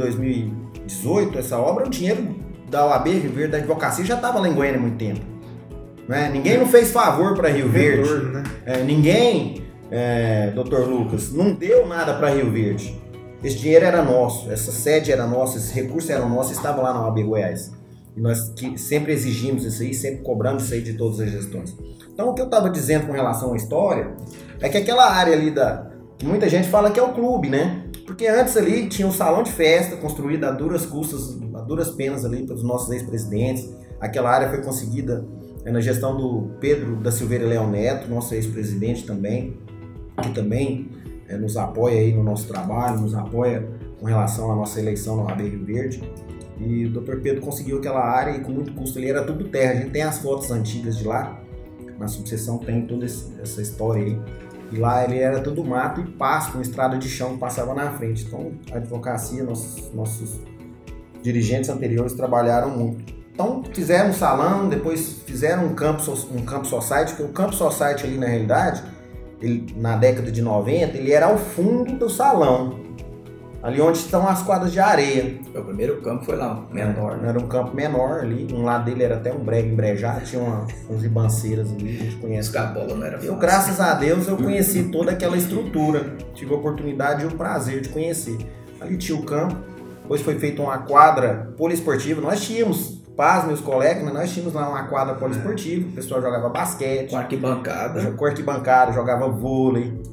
2018, essa obra, é um dinheiro da OAB Rio Verde, da advocacia, já estava lá em Goiânia há muito tempo. Né? Ninguém não fez favor para Rio Verde. Né? Ninguém, Dr. Lucas, não deu nada para Rio Verde. Esse dinheiro era nosso, essa sede era nossa, esses recursos eram nossos, estavam lá na OAB Goiás. E nós sempre exigimos isso aí, sempre cobramos isso aí de todas as gestões. Então o que eu estava dizendo com relação à história é que aquela área ali que muita gente fala que é o clube, né? Porque antes ali tinha um salão de festa construído a duras custas, a duras penas ali pelos nossos ex-presidentes. Aquela área foi conseguida na gestão do Pedro da Silveira Leão Neto, nosso ex-presidente também, que também nos apoia aí no nosso trabalho, nos apoia com relação à nossa eleição na OAB Rio Verde. E o Dr. Pedro conseguiu aquela área e com muito custo ali, era tudo terra. A gente tem as fotos antigas de lá, na subseção tem toda essa história aí. E lá ele era tudo mato e pasto, uma estrada de chão que passava na frente. Então a advocacia, nossos dirigentes anteriores trabalharam muito. Então fizeram um salão, depois fizeram um campo society, porque o campo society ali na realidade, na década de 90, ele era ao fundo do salão. Ali onde estão as quadras de areia. O primeiro campo foi lá, menor. Era um campo menor ali. Um lado dele era até um brega embrejado, tinha uns ribanceiras ali, a gente conhece. Escabola não era fácil. Eu, graças a Deus, eu conheci toda aquela estrutura. Tive a oportunidade e o prazer de conhecer. Ali tinha o campo, depois foi feita uma quadra poliesportiva. Nós tínhamos, meus colegas, mas nós tínhamos lá uma quadra poliesportiva. O pessoal jogava basquete. Com arquibancada, jogava vôlei.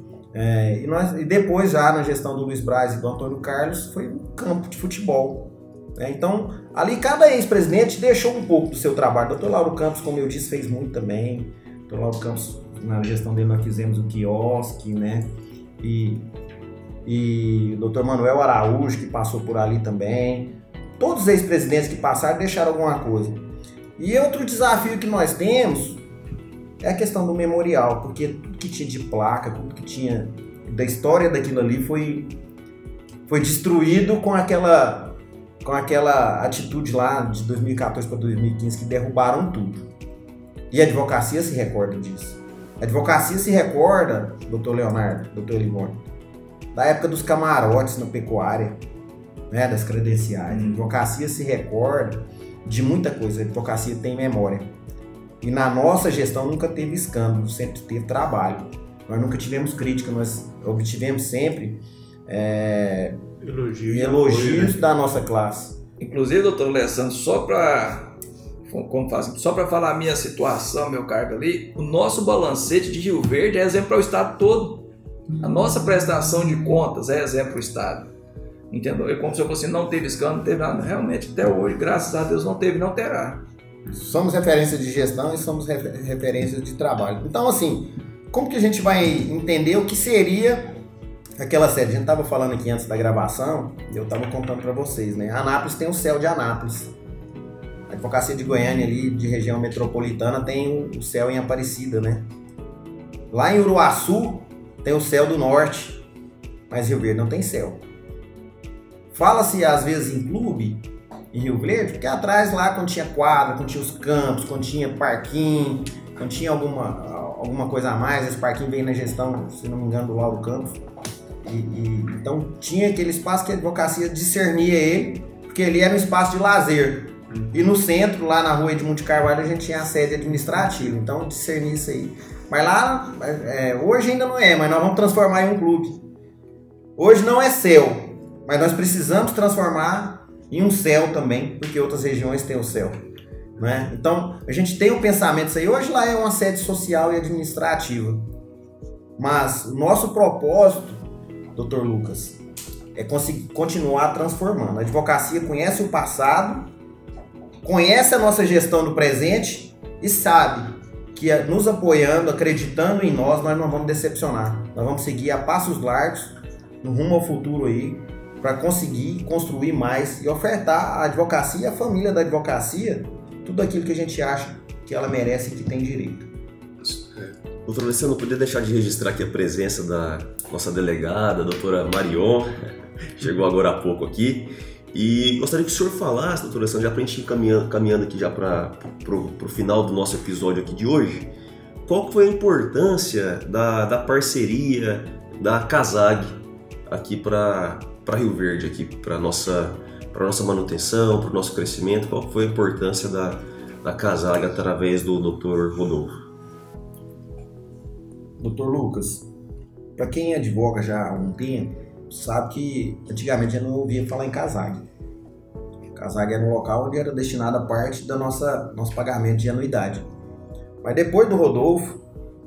E depois, já na gestão do Luiz Braz e do Antônio Carlos, foi um campo de futebol. Então, ali cada ex-presidente deixou um pouco do seu trabalho. O Dr. Lauro Campos, como eu disse, fez muito também. O Dr. Lauro Campos, na gestão dele, nós fizemos o quiosque, né? E o Dr. Manuel Araújo, que passou por ali também. Todos os ex-presidentes que passaram deixaram alguma coisa. E outro desafio que nós temos é a questão do memorial, porque tudo que tinha de placa, tudo que tinha da história daquilo ali foi destruído com aquela atitude lá de 2014 para 2015 que derrubaram tudo. E a advocacia se recorda disso. A advocacia se recorda, doutor Leonardo, doutor Elivone, da época dos camarotes na pecuária, né, das credenciais. A advocacia se recorda de muita coisa, a advocacia tem memória. E na nossa gestão nunca teve escândalo, sempre teve trabalho. Nós nunca tivemos crítica, nós obtivemos sempre elogios da nossa classe. Inclusive, doutor Alessandro, só para falar a minha situação, meu cargo ali, o nosso balancete de Rio Verde é exemplo para o estado todo. A nossa prestação de contas é exemplo para o estado. Entendeu? É como se eu fosse, não teve escândalo, não teve nada. Realmente, até hoje, graças a Deus, não teve, não terá. Somos referência de gestão e somos referência de trabalho. Então, assim, como que a gente vai entender o que seria aquela sede? A gente estava falando aqui antes da gravação, e eu estava contando para vocês, né? Anápolis tem o céu de Anápolis. A advocacia de Goiânia, ali, de região metropolitana, tem o céu em Aparecida, né? Lá em Uruaçu, tem o céu do norte, mas Rio Verde não tem céu. Fala-se, às vezes, em clube, em Rio Verde, porque atrás lá, quando tinha quadra, quando tinha os campos, quando tinha parquinho, quando tinha alguma coisa a mais, esse parquinho veio na gestão, se não me engano, do Lauro Campos. Então tinha aquele espaço que a advocacia discernia ele, porque ele era um espaço de lazer. E no centro, lá na rua Edmundo de Carvalho, a gente tinha a sede administrativa, então discernir isso aí. Mas lá, hoje ainda não é, mas nós vamos transformar em um clube. Hoje não é céu, mas nós precisamos transformar em um céu também, porque outras regiões têm o céu. Né? Então, a gente tem um pensamento isso aí. Hoje lá é uma sede social e administrativa. Mas o nosso propósito, Dr. Lucas, é conseguir continuar transformando. A advocacia conhece o passado, conhece a nossa gestão do presente e sabe que nos apoiando, acreditando em nós não vamos decepcionar. Nós vamos seguir a passos largos, no rumo ao futuro aí, para conseguir construir mais e ofertar à advocacia e à família da advocacia tudo aquilo que a gente acha que ela merece e que tem direito. Doutor Alessandro, não podia deixar de registrar aqui a presença da nossa delegada, a doutora Marion, chegou agora há pouco aqui, e gostaria que o senhor falasse, doutor Alessandro, já para a gente ir caminhando aqui já para o final do nosso episódio aqui de hoje, qual foi a importância da parceria da CASAG aqui para Rio Verde, aqui para nossa manutenção, para o nosso crescimento, qual foi a importância da CASAG através do Dr. Rodolfo? Dr. Lucas, para quem advoga já há um tempo, sabe que antigamente eu não ouvia falar em CASAG. CASAG era um local onde era destinada a parte do nosso pagamento de anuidade. Mas depois do Rodolfo,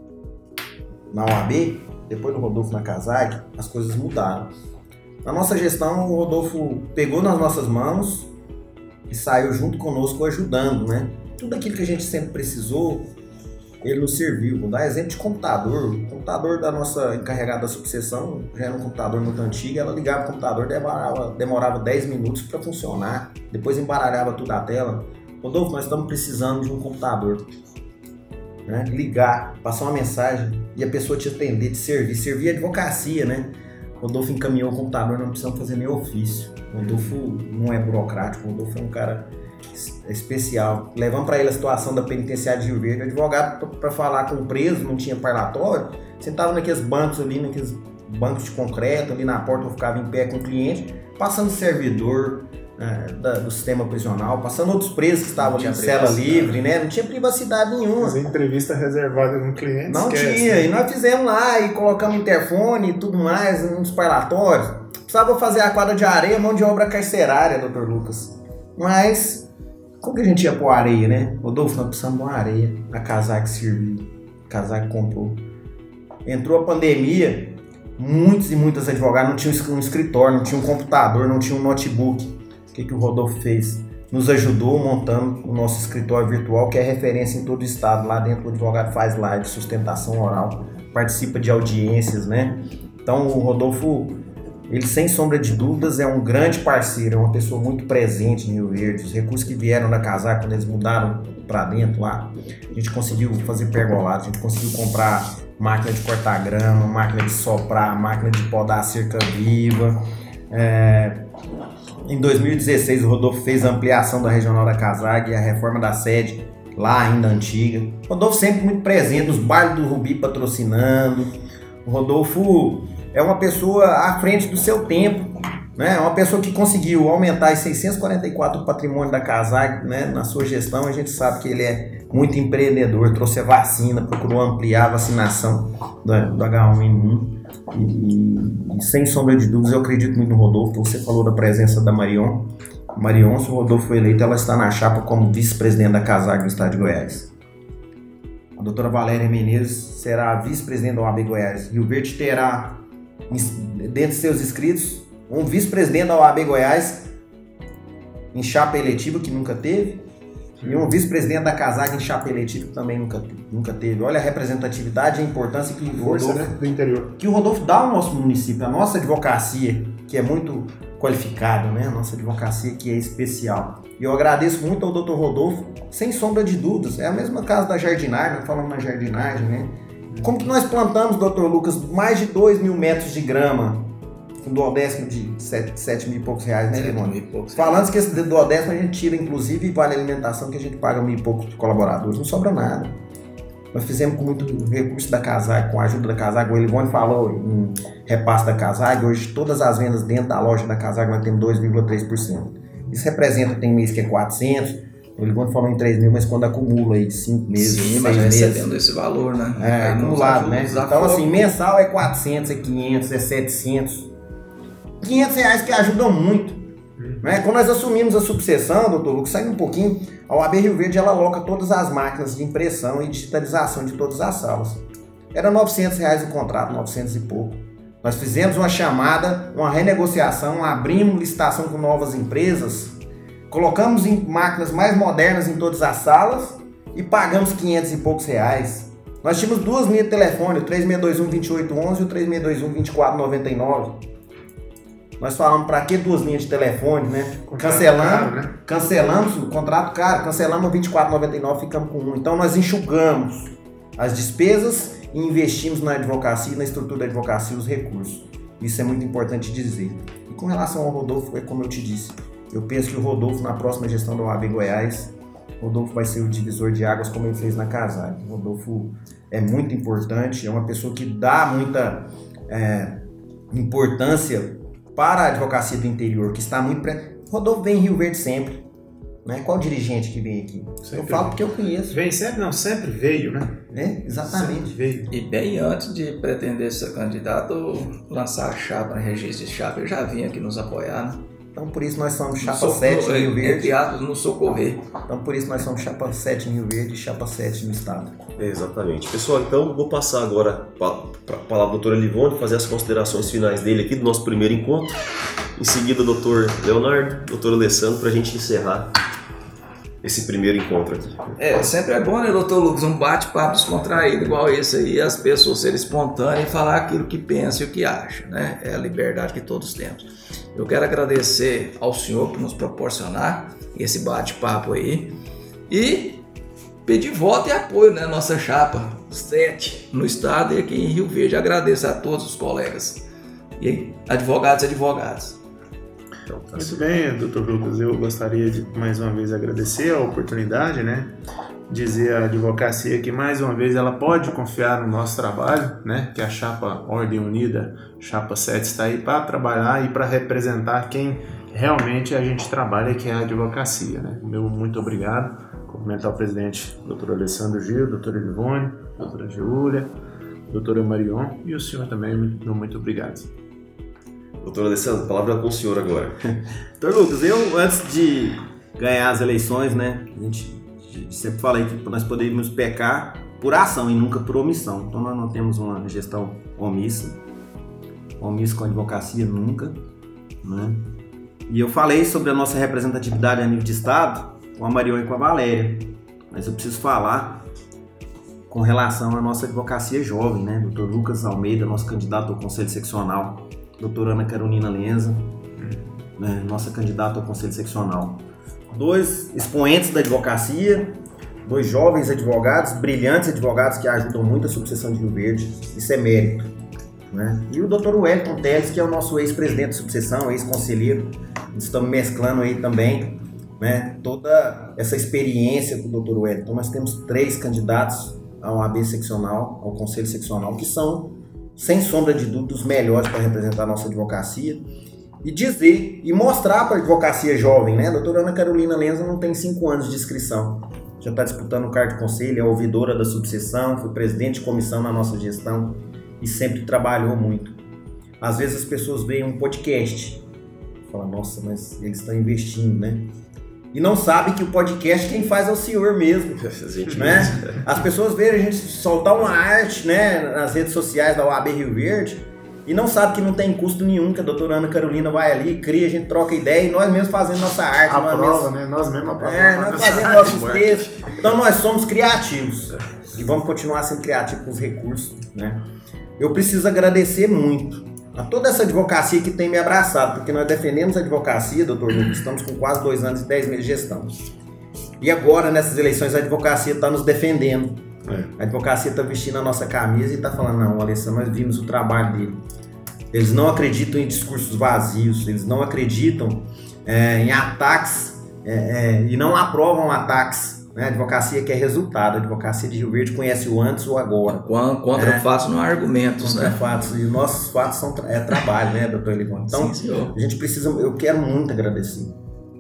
na OAB, depois do Rodolfo na CASAG, as coisas mudaram. Na nossa gestão, o Rodolfo pegou nas nossas mãos e saiu junto conosco ajudando, né? Tudo aquilo que a gente sempre precisou, ele nos serviu. Vou dar exemplo de computador. O computador da nossa encarregada da subseção já era um computador muito antigo, ela ligava o computador, demorava 10 minutos para funcionar, depois embaralhava tudo a tela. Rodolfo, nós estamos precisando de um computador. Né? Ligar, passar uma mensagem e a pessoa te atender, te servir a advocacia, né? Rodolfo encaminhou o computador, não precisamos fazer nem ofício. Rodolfo não é burocrático, Rodolfo é um cara especial. Levamos para ele a situação da penitenciária de Rio Verde. O advogado, para falar com o preso, não tinha parlatório, sentava naqueles bancos ali, naqueles bancos de concreto, ali na porta, eu ficava em pé com o cliente, passando servidor do sistema prisional, passando outros presos que estavam ali em cela livre, né? Não tinha privacidade nenhuma. Fazer entrevista reservada com o cliente. Não tinha, e nós fizemos lá e colocamos interfone e tudo mais, nos parlatórios. Precisava fazer a quadra de areia, mão de obra carcerária, Dr. Lucas. Mas, como que a gente ia pôr areia, né? Rodolfo, nós precisamos de uma areia. A CASAG serviu, a CASAG comprou. Entrou a pandemia, muitos e muitas advogados não tinham um escritório, não tinham um computador, não tinham um notebook. O que o Rodolfo fez? Nos ajudou montando o nosso escritório virtual, que é referência em todo o estado. Lá dentro o advogado faz live, sustentação oral, participa de audiências, né? Então o Rodolfo, ele sem sombra de dúvidas é um grande parceiro, é uma pessoa muito presente em Rio Verde. Os recursos que vieram da CASAG, quando eles mudaram para dentro lá, a gente conseguiu fazer pergolado, a gente conseguiu comprar máquina de cortar grama, máquina de soprar, máquina de podar a cerca viva. Em 2016, o Rodolfo fez a ampliação da regional da CASAG e a reforma da sede, lá ainda antiga. O Rodolfo sempre muito presente, nos bailes do Rubi patrocinando. O Rodolfo é uma pessoa à frente do seu tempo, né? É uma pessoa que conseguiu aumentar em 644 o patrimônio da CASAG, né? Na sua gestão. A gente sabe que ele é muito empreendedor, trouxe a vacina, procurou ampliar a vacinação do H1N1. E sem sombra de dúvidas, eu acredito muito no Rodolfo. Você falou da presença da Marion. Marion, se o Rodolfo foi eleito, ela está na chapa como vice-presidente da CASAG no estado de Goiás. A doutora Valéria Menezes será a vice-presidente da OAB Goiás. Rio Verde terá, dentre de seus inscritos, um vice-presidente da OAB Goiás em chapa eletiva, que nunca teve, e um vice-presidente da CASAG em chapa eletiva, que também nunca teve. Olha a representatividade e a importância que o Rodolfo, do interior. Que o Rodolfo dá ao nosso município, a nossa advocacia, que é muito qualificada, né? A nossa advocacia que é especial. E eu agradeço muito ao Dr. Rodolfo, sem sombra de dúvidas. É a mesma caso da jardinagem, nós falamos na jardinagem, né? Como que nós plantamos, Dr. Lucas, mais de 2.000 metros de grama, com duodécimo de 7 mil e poucos reais, né, Limone? Falando que esse duodécimo a gente tira, inclusive, vale alimentação, que a gente paga 1.000 e poucos de colaboradores, não sobra nada. Nós fizemos com muito recurso da CASAG, com a ajuda da CASAG. O Elivone falou em repasse da CASAG. Hoje, todas as vendas dentro da loja da CASAG nós temos 2,3%. Isso representa, tem mês que é 400, O Livone falou em 3 mil, mas quando acumula aí 5 meses, 6 mas meses. recebendo esse valor, né? Acumulado, né? Então assim, mensal é 400, é 500, é 700. R$500 que ajudam muito. Né? Quando nós assumimos a subseção, doutor Lucas, saindo um pouquinho, a OAB Rio Verde ela aloca todas as máquinas de impressão e digitalização de todas as salas. Era R$900 o contrato, 900 e pouco. Nós fizemos uma chamada, uma renegociação, abrimos licitação com novas empresas, colocamos em máquinas mais modernas em todas as salas e pagamos 500 e poucos reais. Nós tínhamos 2 linhas de telefone, o 3621-2811 e o 3621-2499. Nós falamos para que 2 linhas de telefone, né? Cancelamos o contrato caro, cancelamos o 24,99, ficamos com 1. Então nós enxugamos as despesas e investimos na advocacia, na estrutura da advocacia, os recursos. Isso é muito importante dizer. E com relação ao Rodolfo, é como eu te disse, eu penso que o Rodolfo, na próxima gestão da OAB Goiás, o Rodolfo vai ser o divisor de águas como ele fez na Casai. O Rodolfo é muito importante, é uma pessoa que dá muita importância para a advocacia do interior, que está muito... Rodolfo vem em Rio Verde sempre. Né? Qual dirigente que vem aqui? Sempre. Eu falo porque eu conheço. Vem sempre? Não, sempre veio, né? Exatamente. Sempre veio. E bem antes de pretender ser candidato, lançar a chapa, registro de chapa, eu já vim aqui nos apoiar, né? Então por isso nós somos chapa 7 em Rio Verde. Entre aspas, no socorrer. Então por isso nós somos chapa 7 em Rio Verde e chapa 7 no estado. Exatamente. Pessoal, então vou passar agora para a palavra do Dr. Livone, fazer as considerações finais dele aqui do nosso primeiro encontro. Em seguida, o Dr. Leonardo, Dr. Alessandro, para a gente encerrar esse primeiro encontro aqui. Sempre é bom, né, doutor Lucas, um bate-papo descontraído igual esse aí, as pessoas serem espontâneas e falar aquilo que pensam e o que acham, né? É a liberdade que todos temos. Eu quero agradecer ao senhor por nos proporcionar esse bate-papo aí e pedir voto e apoio, né, nossa chapa 7 no estado e aqui em Rio Verde. Agradeço a todos os colegas e advogados e advogadas. Muito bem, doutor Lucas, eu gostaria de mais uma vez agradecer a oportunidade, né? Dizer à advocacia que mais uma vez ela pode confiar no nosso trabalho, né? Que a chapa Ordem Unida, chapa 7, está aí para trabalhar e para representar quem realmente a gente trabalha, que é a advocacia, né? Meu muito obrigado, cumprimentar o presidente doutor Alessandro Gil, doutora Livone, doutora Giulia, doutora Marion e o senhor também, meu muito obrigado. Doutor Alessandro, a palavra é com o senhor agora. Doutor Lucas, eu antes de ganhar as eleições, né, a gente sempre falei que nós poderíamos pecar por ação e nunca por omissão. Então nós não temos uma gestão omissa com a advocacia nunca, né? E eu falei sobre a nossa representatividade a nível de estado com a Marion e com a Valéria, mas eu preciso falar com relação à nossa advocacia jovem, né? Doutor Lucas Almeida, nosso candidato ao Conselho Seccional, doutora Ana Carolina Lenza, né, nossa candidata ao Conselho Seccional. 2 expoentes da advocacia, 2 jovens advogados, brilhantes advogados que ajudam muito a subseção de Rio Verde. Isso é mérito. Né? E o doutor Wellington Teles, que é o nosso ex-presidente de subseção, ex-conselheiro. Estamos mesclando aí também, né, toda essa experiência com o doutor Wellington. Então nós temos 3 candidatos ao AB seccional, ao Conselho Seccional, que são, sem sombra de dúvida, os melhores para representar a nossa advocacia e dizer e mostrar para a advocacia jovem, né? A doutora Ana Carolina Lenza não tem 5 anos de inscrição, já está disputando o cargo de conselho, é ouvidora da subseção, foi presidente de comissão na nossa gestão e sempre trabalhou muito. Às vezes as pessoas veem um podcast e falam, nossa, mas eles estão investindo, né? E não sabem que o podcast quem faz é o senhor mesmo, né? As pessoas veem a gente soltar uma arte, né, nas redes sociais da OAB Rio Verde e não sabem que não tem custo nenhum, que a doutora Ana Carolina vai ali, cria, a gente troca ideia e nós mesmos fazemos nossa arte. Nós mesmos aprovamos. Nós fazemos nossos textos. Então nós somos criativos e vamos continuar sendo criativos com os recursos, né? Eu preciso agradecer muito a toda essa advocacia que tem me abraçado, porque nós defendemos a advocacia, doutor Lucas, estamos com quase 2 anos e 10 meses de gestão. E agora, nessas eleições, a advocacia está nos defendendo. A advocacia está vestindo a nossa camisa e está falando, não, Alessandro, nós vimos o trabalho dele. Eles não acreditam em discursos vazios, eles não acreditam em ataques e não aprovam ataques. A advocacia quer resultado, a advocacia de Rio Verde conhece o antes ou o agora. Contra fatos não há argumentos, contra né? Fatos, e os nossos fatos são trabalho, né, doutor Livone? Então, sim, senhor. A gente precisa, eu quero muito agradecer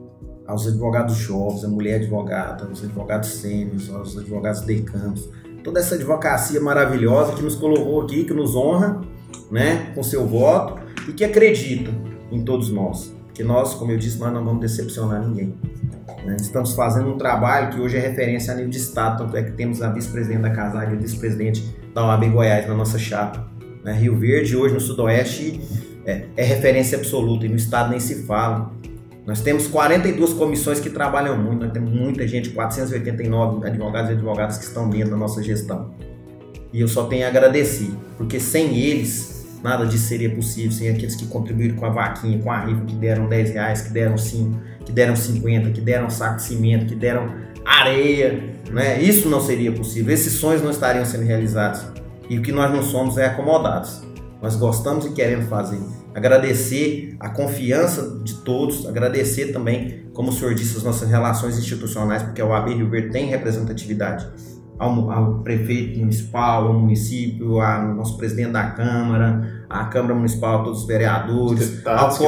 aos advogados jovens, a mulher advogada, os advogados sêniores, aos advogados decanos, toda essa advocacia maravilhosa que nos colocou aqui, que nos honra, né, com seu voto e que acredita em todos nós. Porque nós, como eu disse, nós não vamos decepcionar ninguém. Né? Estamos fazendo um trabalho que hoje é referência a nível de Estado, tanto é que temos a vice-presidente da CASAG e o vice-presidente da OAB Goiás na nossa chapa. Né? Rio Verde, hoje no Sudoeste, é referência absoluta e no Estado nem se fala. Nós temos 42 comissões que trabalham muito, nós temos muita gente, 489 advogados e advogadas que estão dentro da nossa gestão. E eu só tenho a agradecer, porque sem eles nada disso seria possível, sem aqueles que contribuíram com a vaquinha, com a rifa, que deram R$10, que deram 5, que deram 50, que deram saco de cimento, que deram areia, né? Isso não seria possível, esses sonhos não estariam sendo realizados. E o que nós não somos é acomodados. Nós gostamos e queremos fazer. Agradecer a confiança de todos, agradecer também, como o senhor disse, as nossas relações institucionais, porque a OAB Rio Verde tem representatividade ao prefeito municipal, ao município, ao nosso presidente da Câmara, à Câmara Municipal, a todos os vereadores,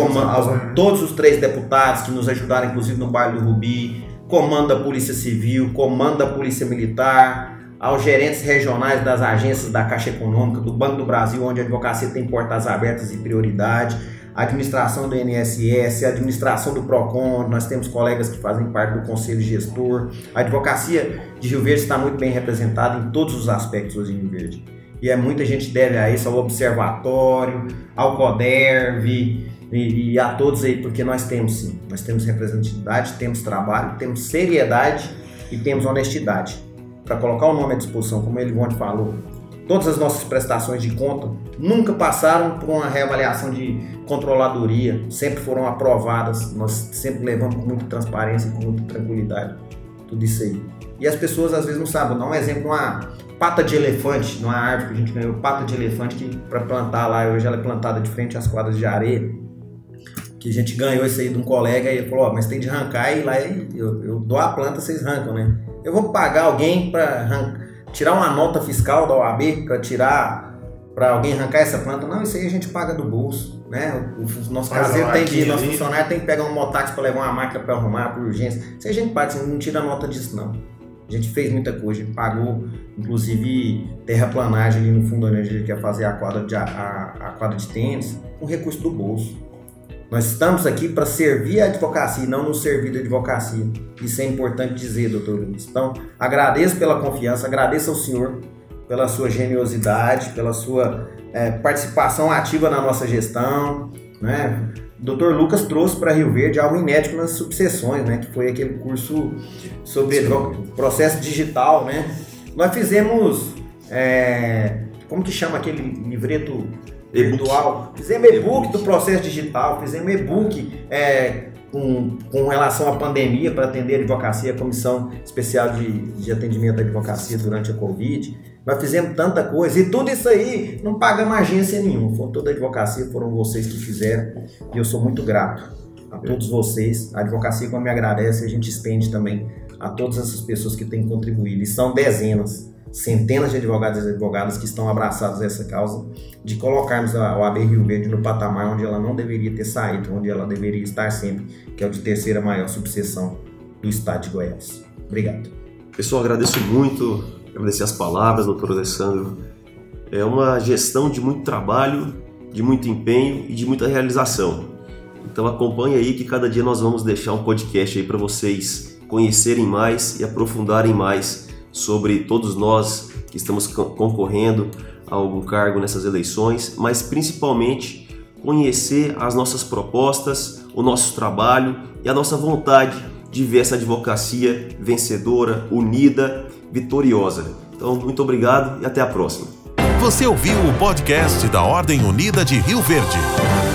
todos os 3 deputados que nos ajudaram, inclusive no bairro do Rubi, comando da Polícia Civil, comando da Polícia Militar, aos gerentes regionais das agências da Caixa Econômica, do Banco do Brasil, onde a advocacia tem portas abertas e prioridade, a administração do INSS, a administração do PROCON, nós temos colegas que fazem parte do Conselho Gestor. A advocacia de Rio Verde está muito bem representada em todos os aspectos hoje em Rio Verde. E muita gente deve a isso, ao Observatório, ao CODERV e a todos aí, porque nós temos sim, nós temos representatividade, temos trabalho, temos seriedade e temos honestidade. Para colocar o nome à disposição, como ele ontem falou, todas as nossas prestações de conta nunca passaram por uma reavaliação de controladoria, sempre foram aprovadas, nós sempre levamos com muita transparência e com muita tranquilidade, tudo isso aí. E as pessoas às vezes não sabem, vou dar um exemplo, uma pata de elefante, numa árvore que a gente ganhou, pata de elefante que para plantar lá, hoje ela é plantada de frente às quadras de areia, que a gente ganhou isso aí de um colega e ele falou, mas tem de arrancar e lá eu dou a planta, vocês arrancam, né? Eu vou pagar alguém para tirar uma nota fiscal da OAB para alguém arrancar essa planta? Não, isso aí a gente paga do bolso, né? O nosso caseiro nosso funcionário tem que pegar um mototáxi para levar uma máquina para arrumar por urgência. Isso aí a gente paga, não tira nota disso não. A gente fez muita coisa, a gente pagou, inclusive, terraplanagem ali no fundo onde a gente quer fazer a quadra de tênis, com recurso do bolso. Nós estamos aqui para servir a advocacia e não nos servir da advocacia. Isso é importante dizer, doutor Luiz. Então, agradeço pela confiança, agradeço ao senhor pela sua generosidade, pela sua participação ativa na nossa gestão. Né? O doutor Lucas trouxe para Rio Verde algo inédito nas subseções, né? Que foi aquele curso sobre processo digital. Né? Nós fizemos, como que chama aquele livreto virtual? Fizemos e-book do processo digital, fizemos e-book com relação à pandemia para atender a advocacia, a Comissão Especial de Atendimento à Advocacia durante a Covid. Nós fizemos tanta coisa e tudo isso aí não pagamos agência nenhuma, foi toda a advocacia, foram vocês que fizeram e eu sou muito grato a todos vocês. A advocacia, quando me agradece, a gente estende também a todas essas pessoas que têm contribuído e são dezenas, centenas de advogados e advogadas que estão abraçados a essa causa de colocarmos a OAB Rio Verde no patamar onde ela não deveria ter saído, onde ela deveria estar sempre, que é o de terceira maior subseção do estado de Goiás. Obrigado. Pessoal, agradeço muito, agradecer as palavras, doutor Alessandro. É uma gestão de muito trabalho, de muito empenho e de muita realização. Então acompanhe aí que cada dia nós vamos deixar um podcast aí para vocês conhecerem mais e aprofundarem mais sobre todos nós que estamos concorrendo a algum cargo nessas eleições, mas principalmente conhecer as nossas propostas, o nosso trabalho e a nossa vontade de ver essa advocacia vencedora, unida, vitoriosa. Então, muito obrigado e até a próxima. Você ouviu o podcast da Ordem Unida de Rio Verde.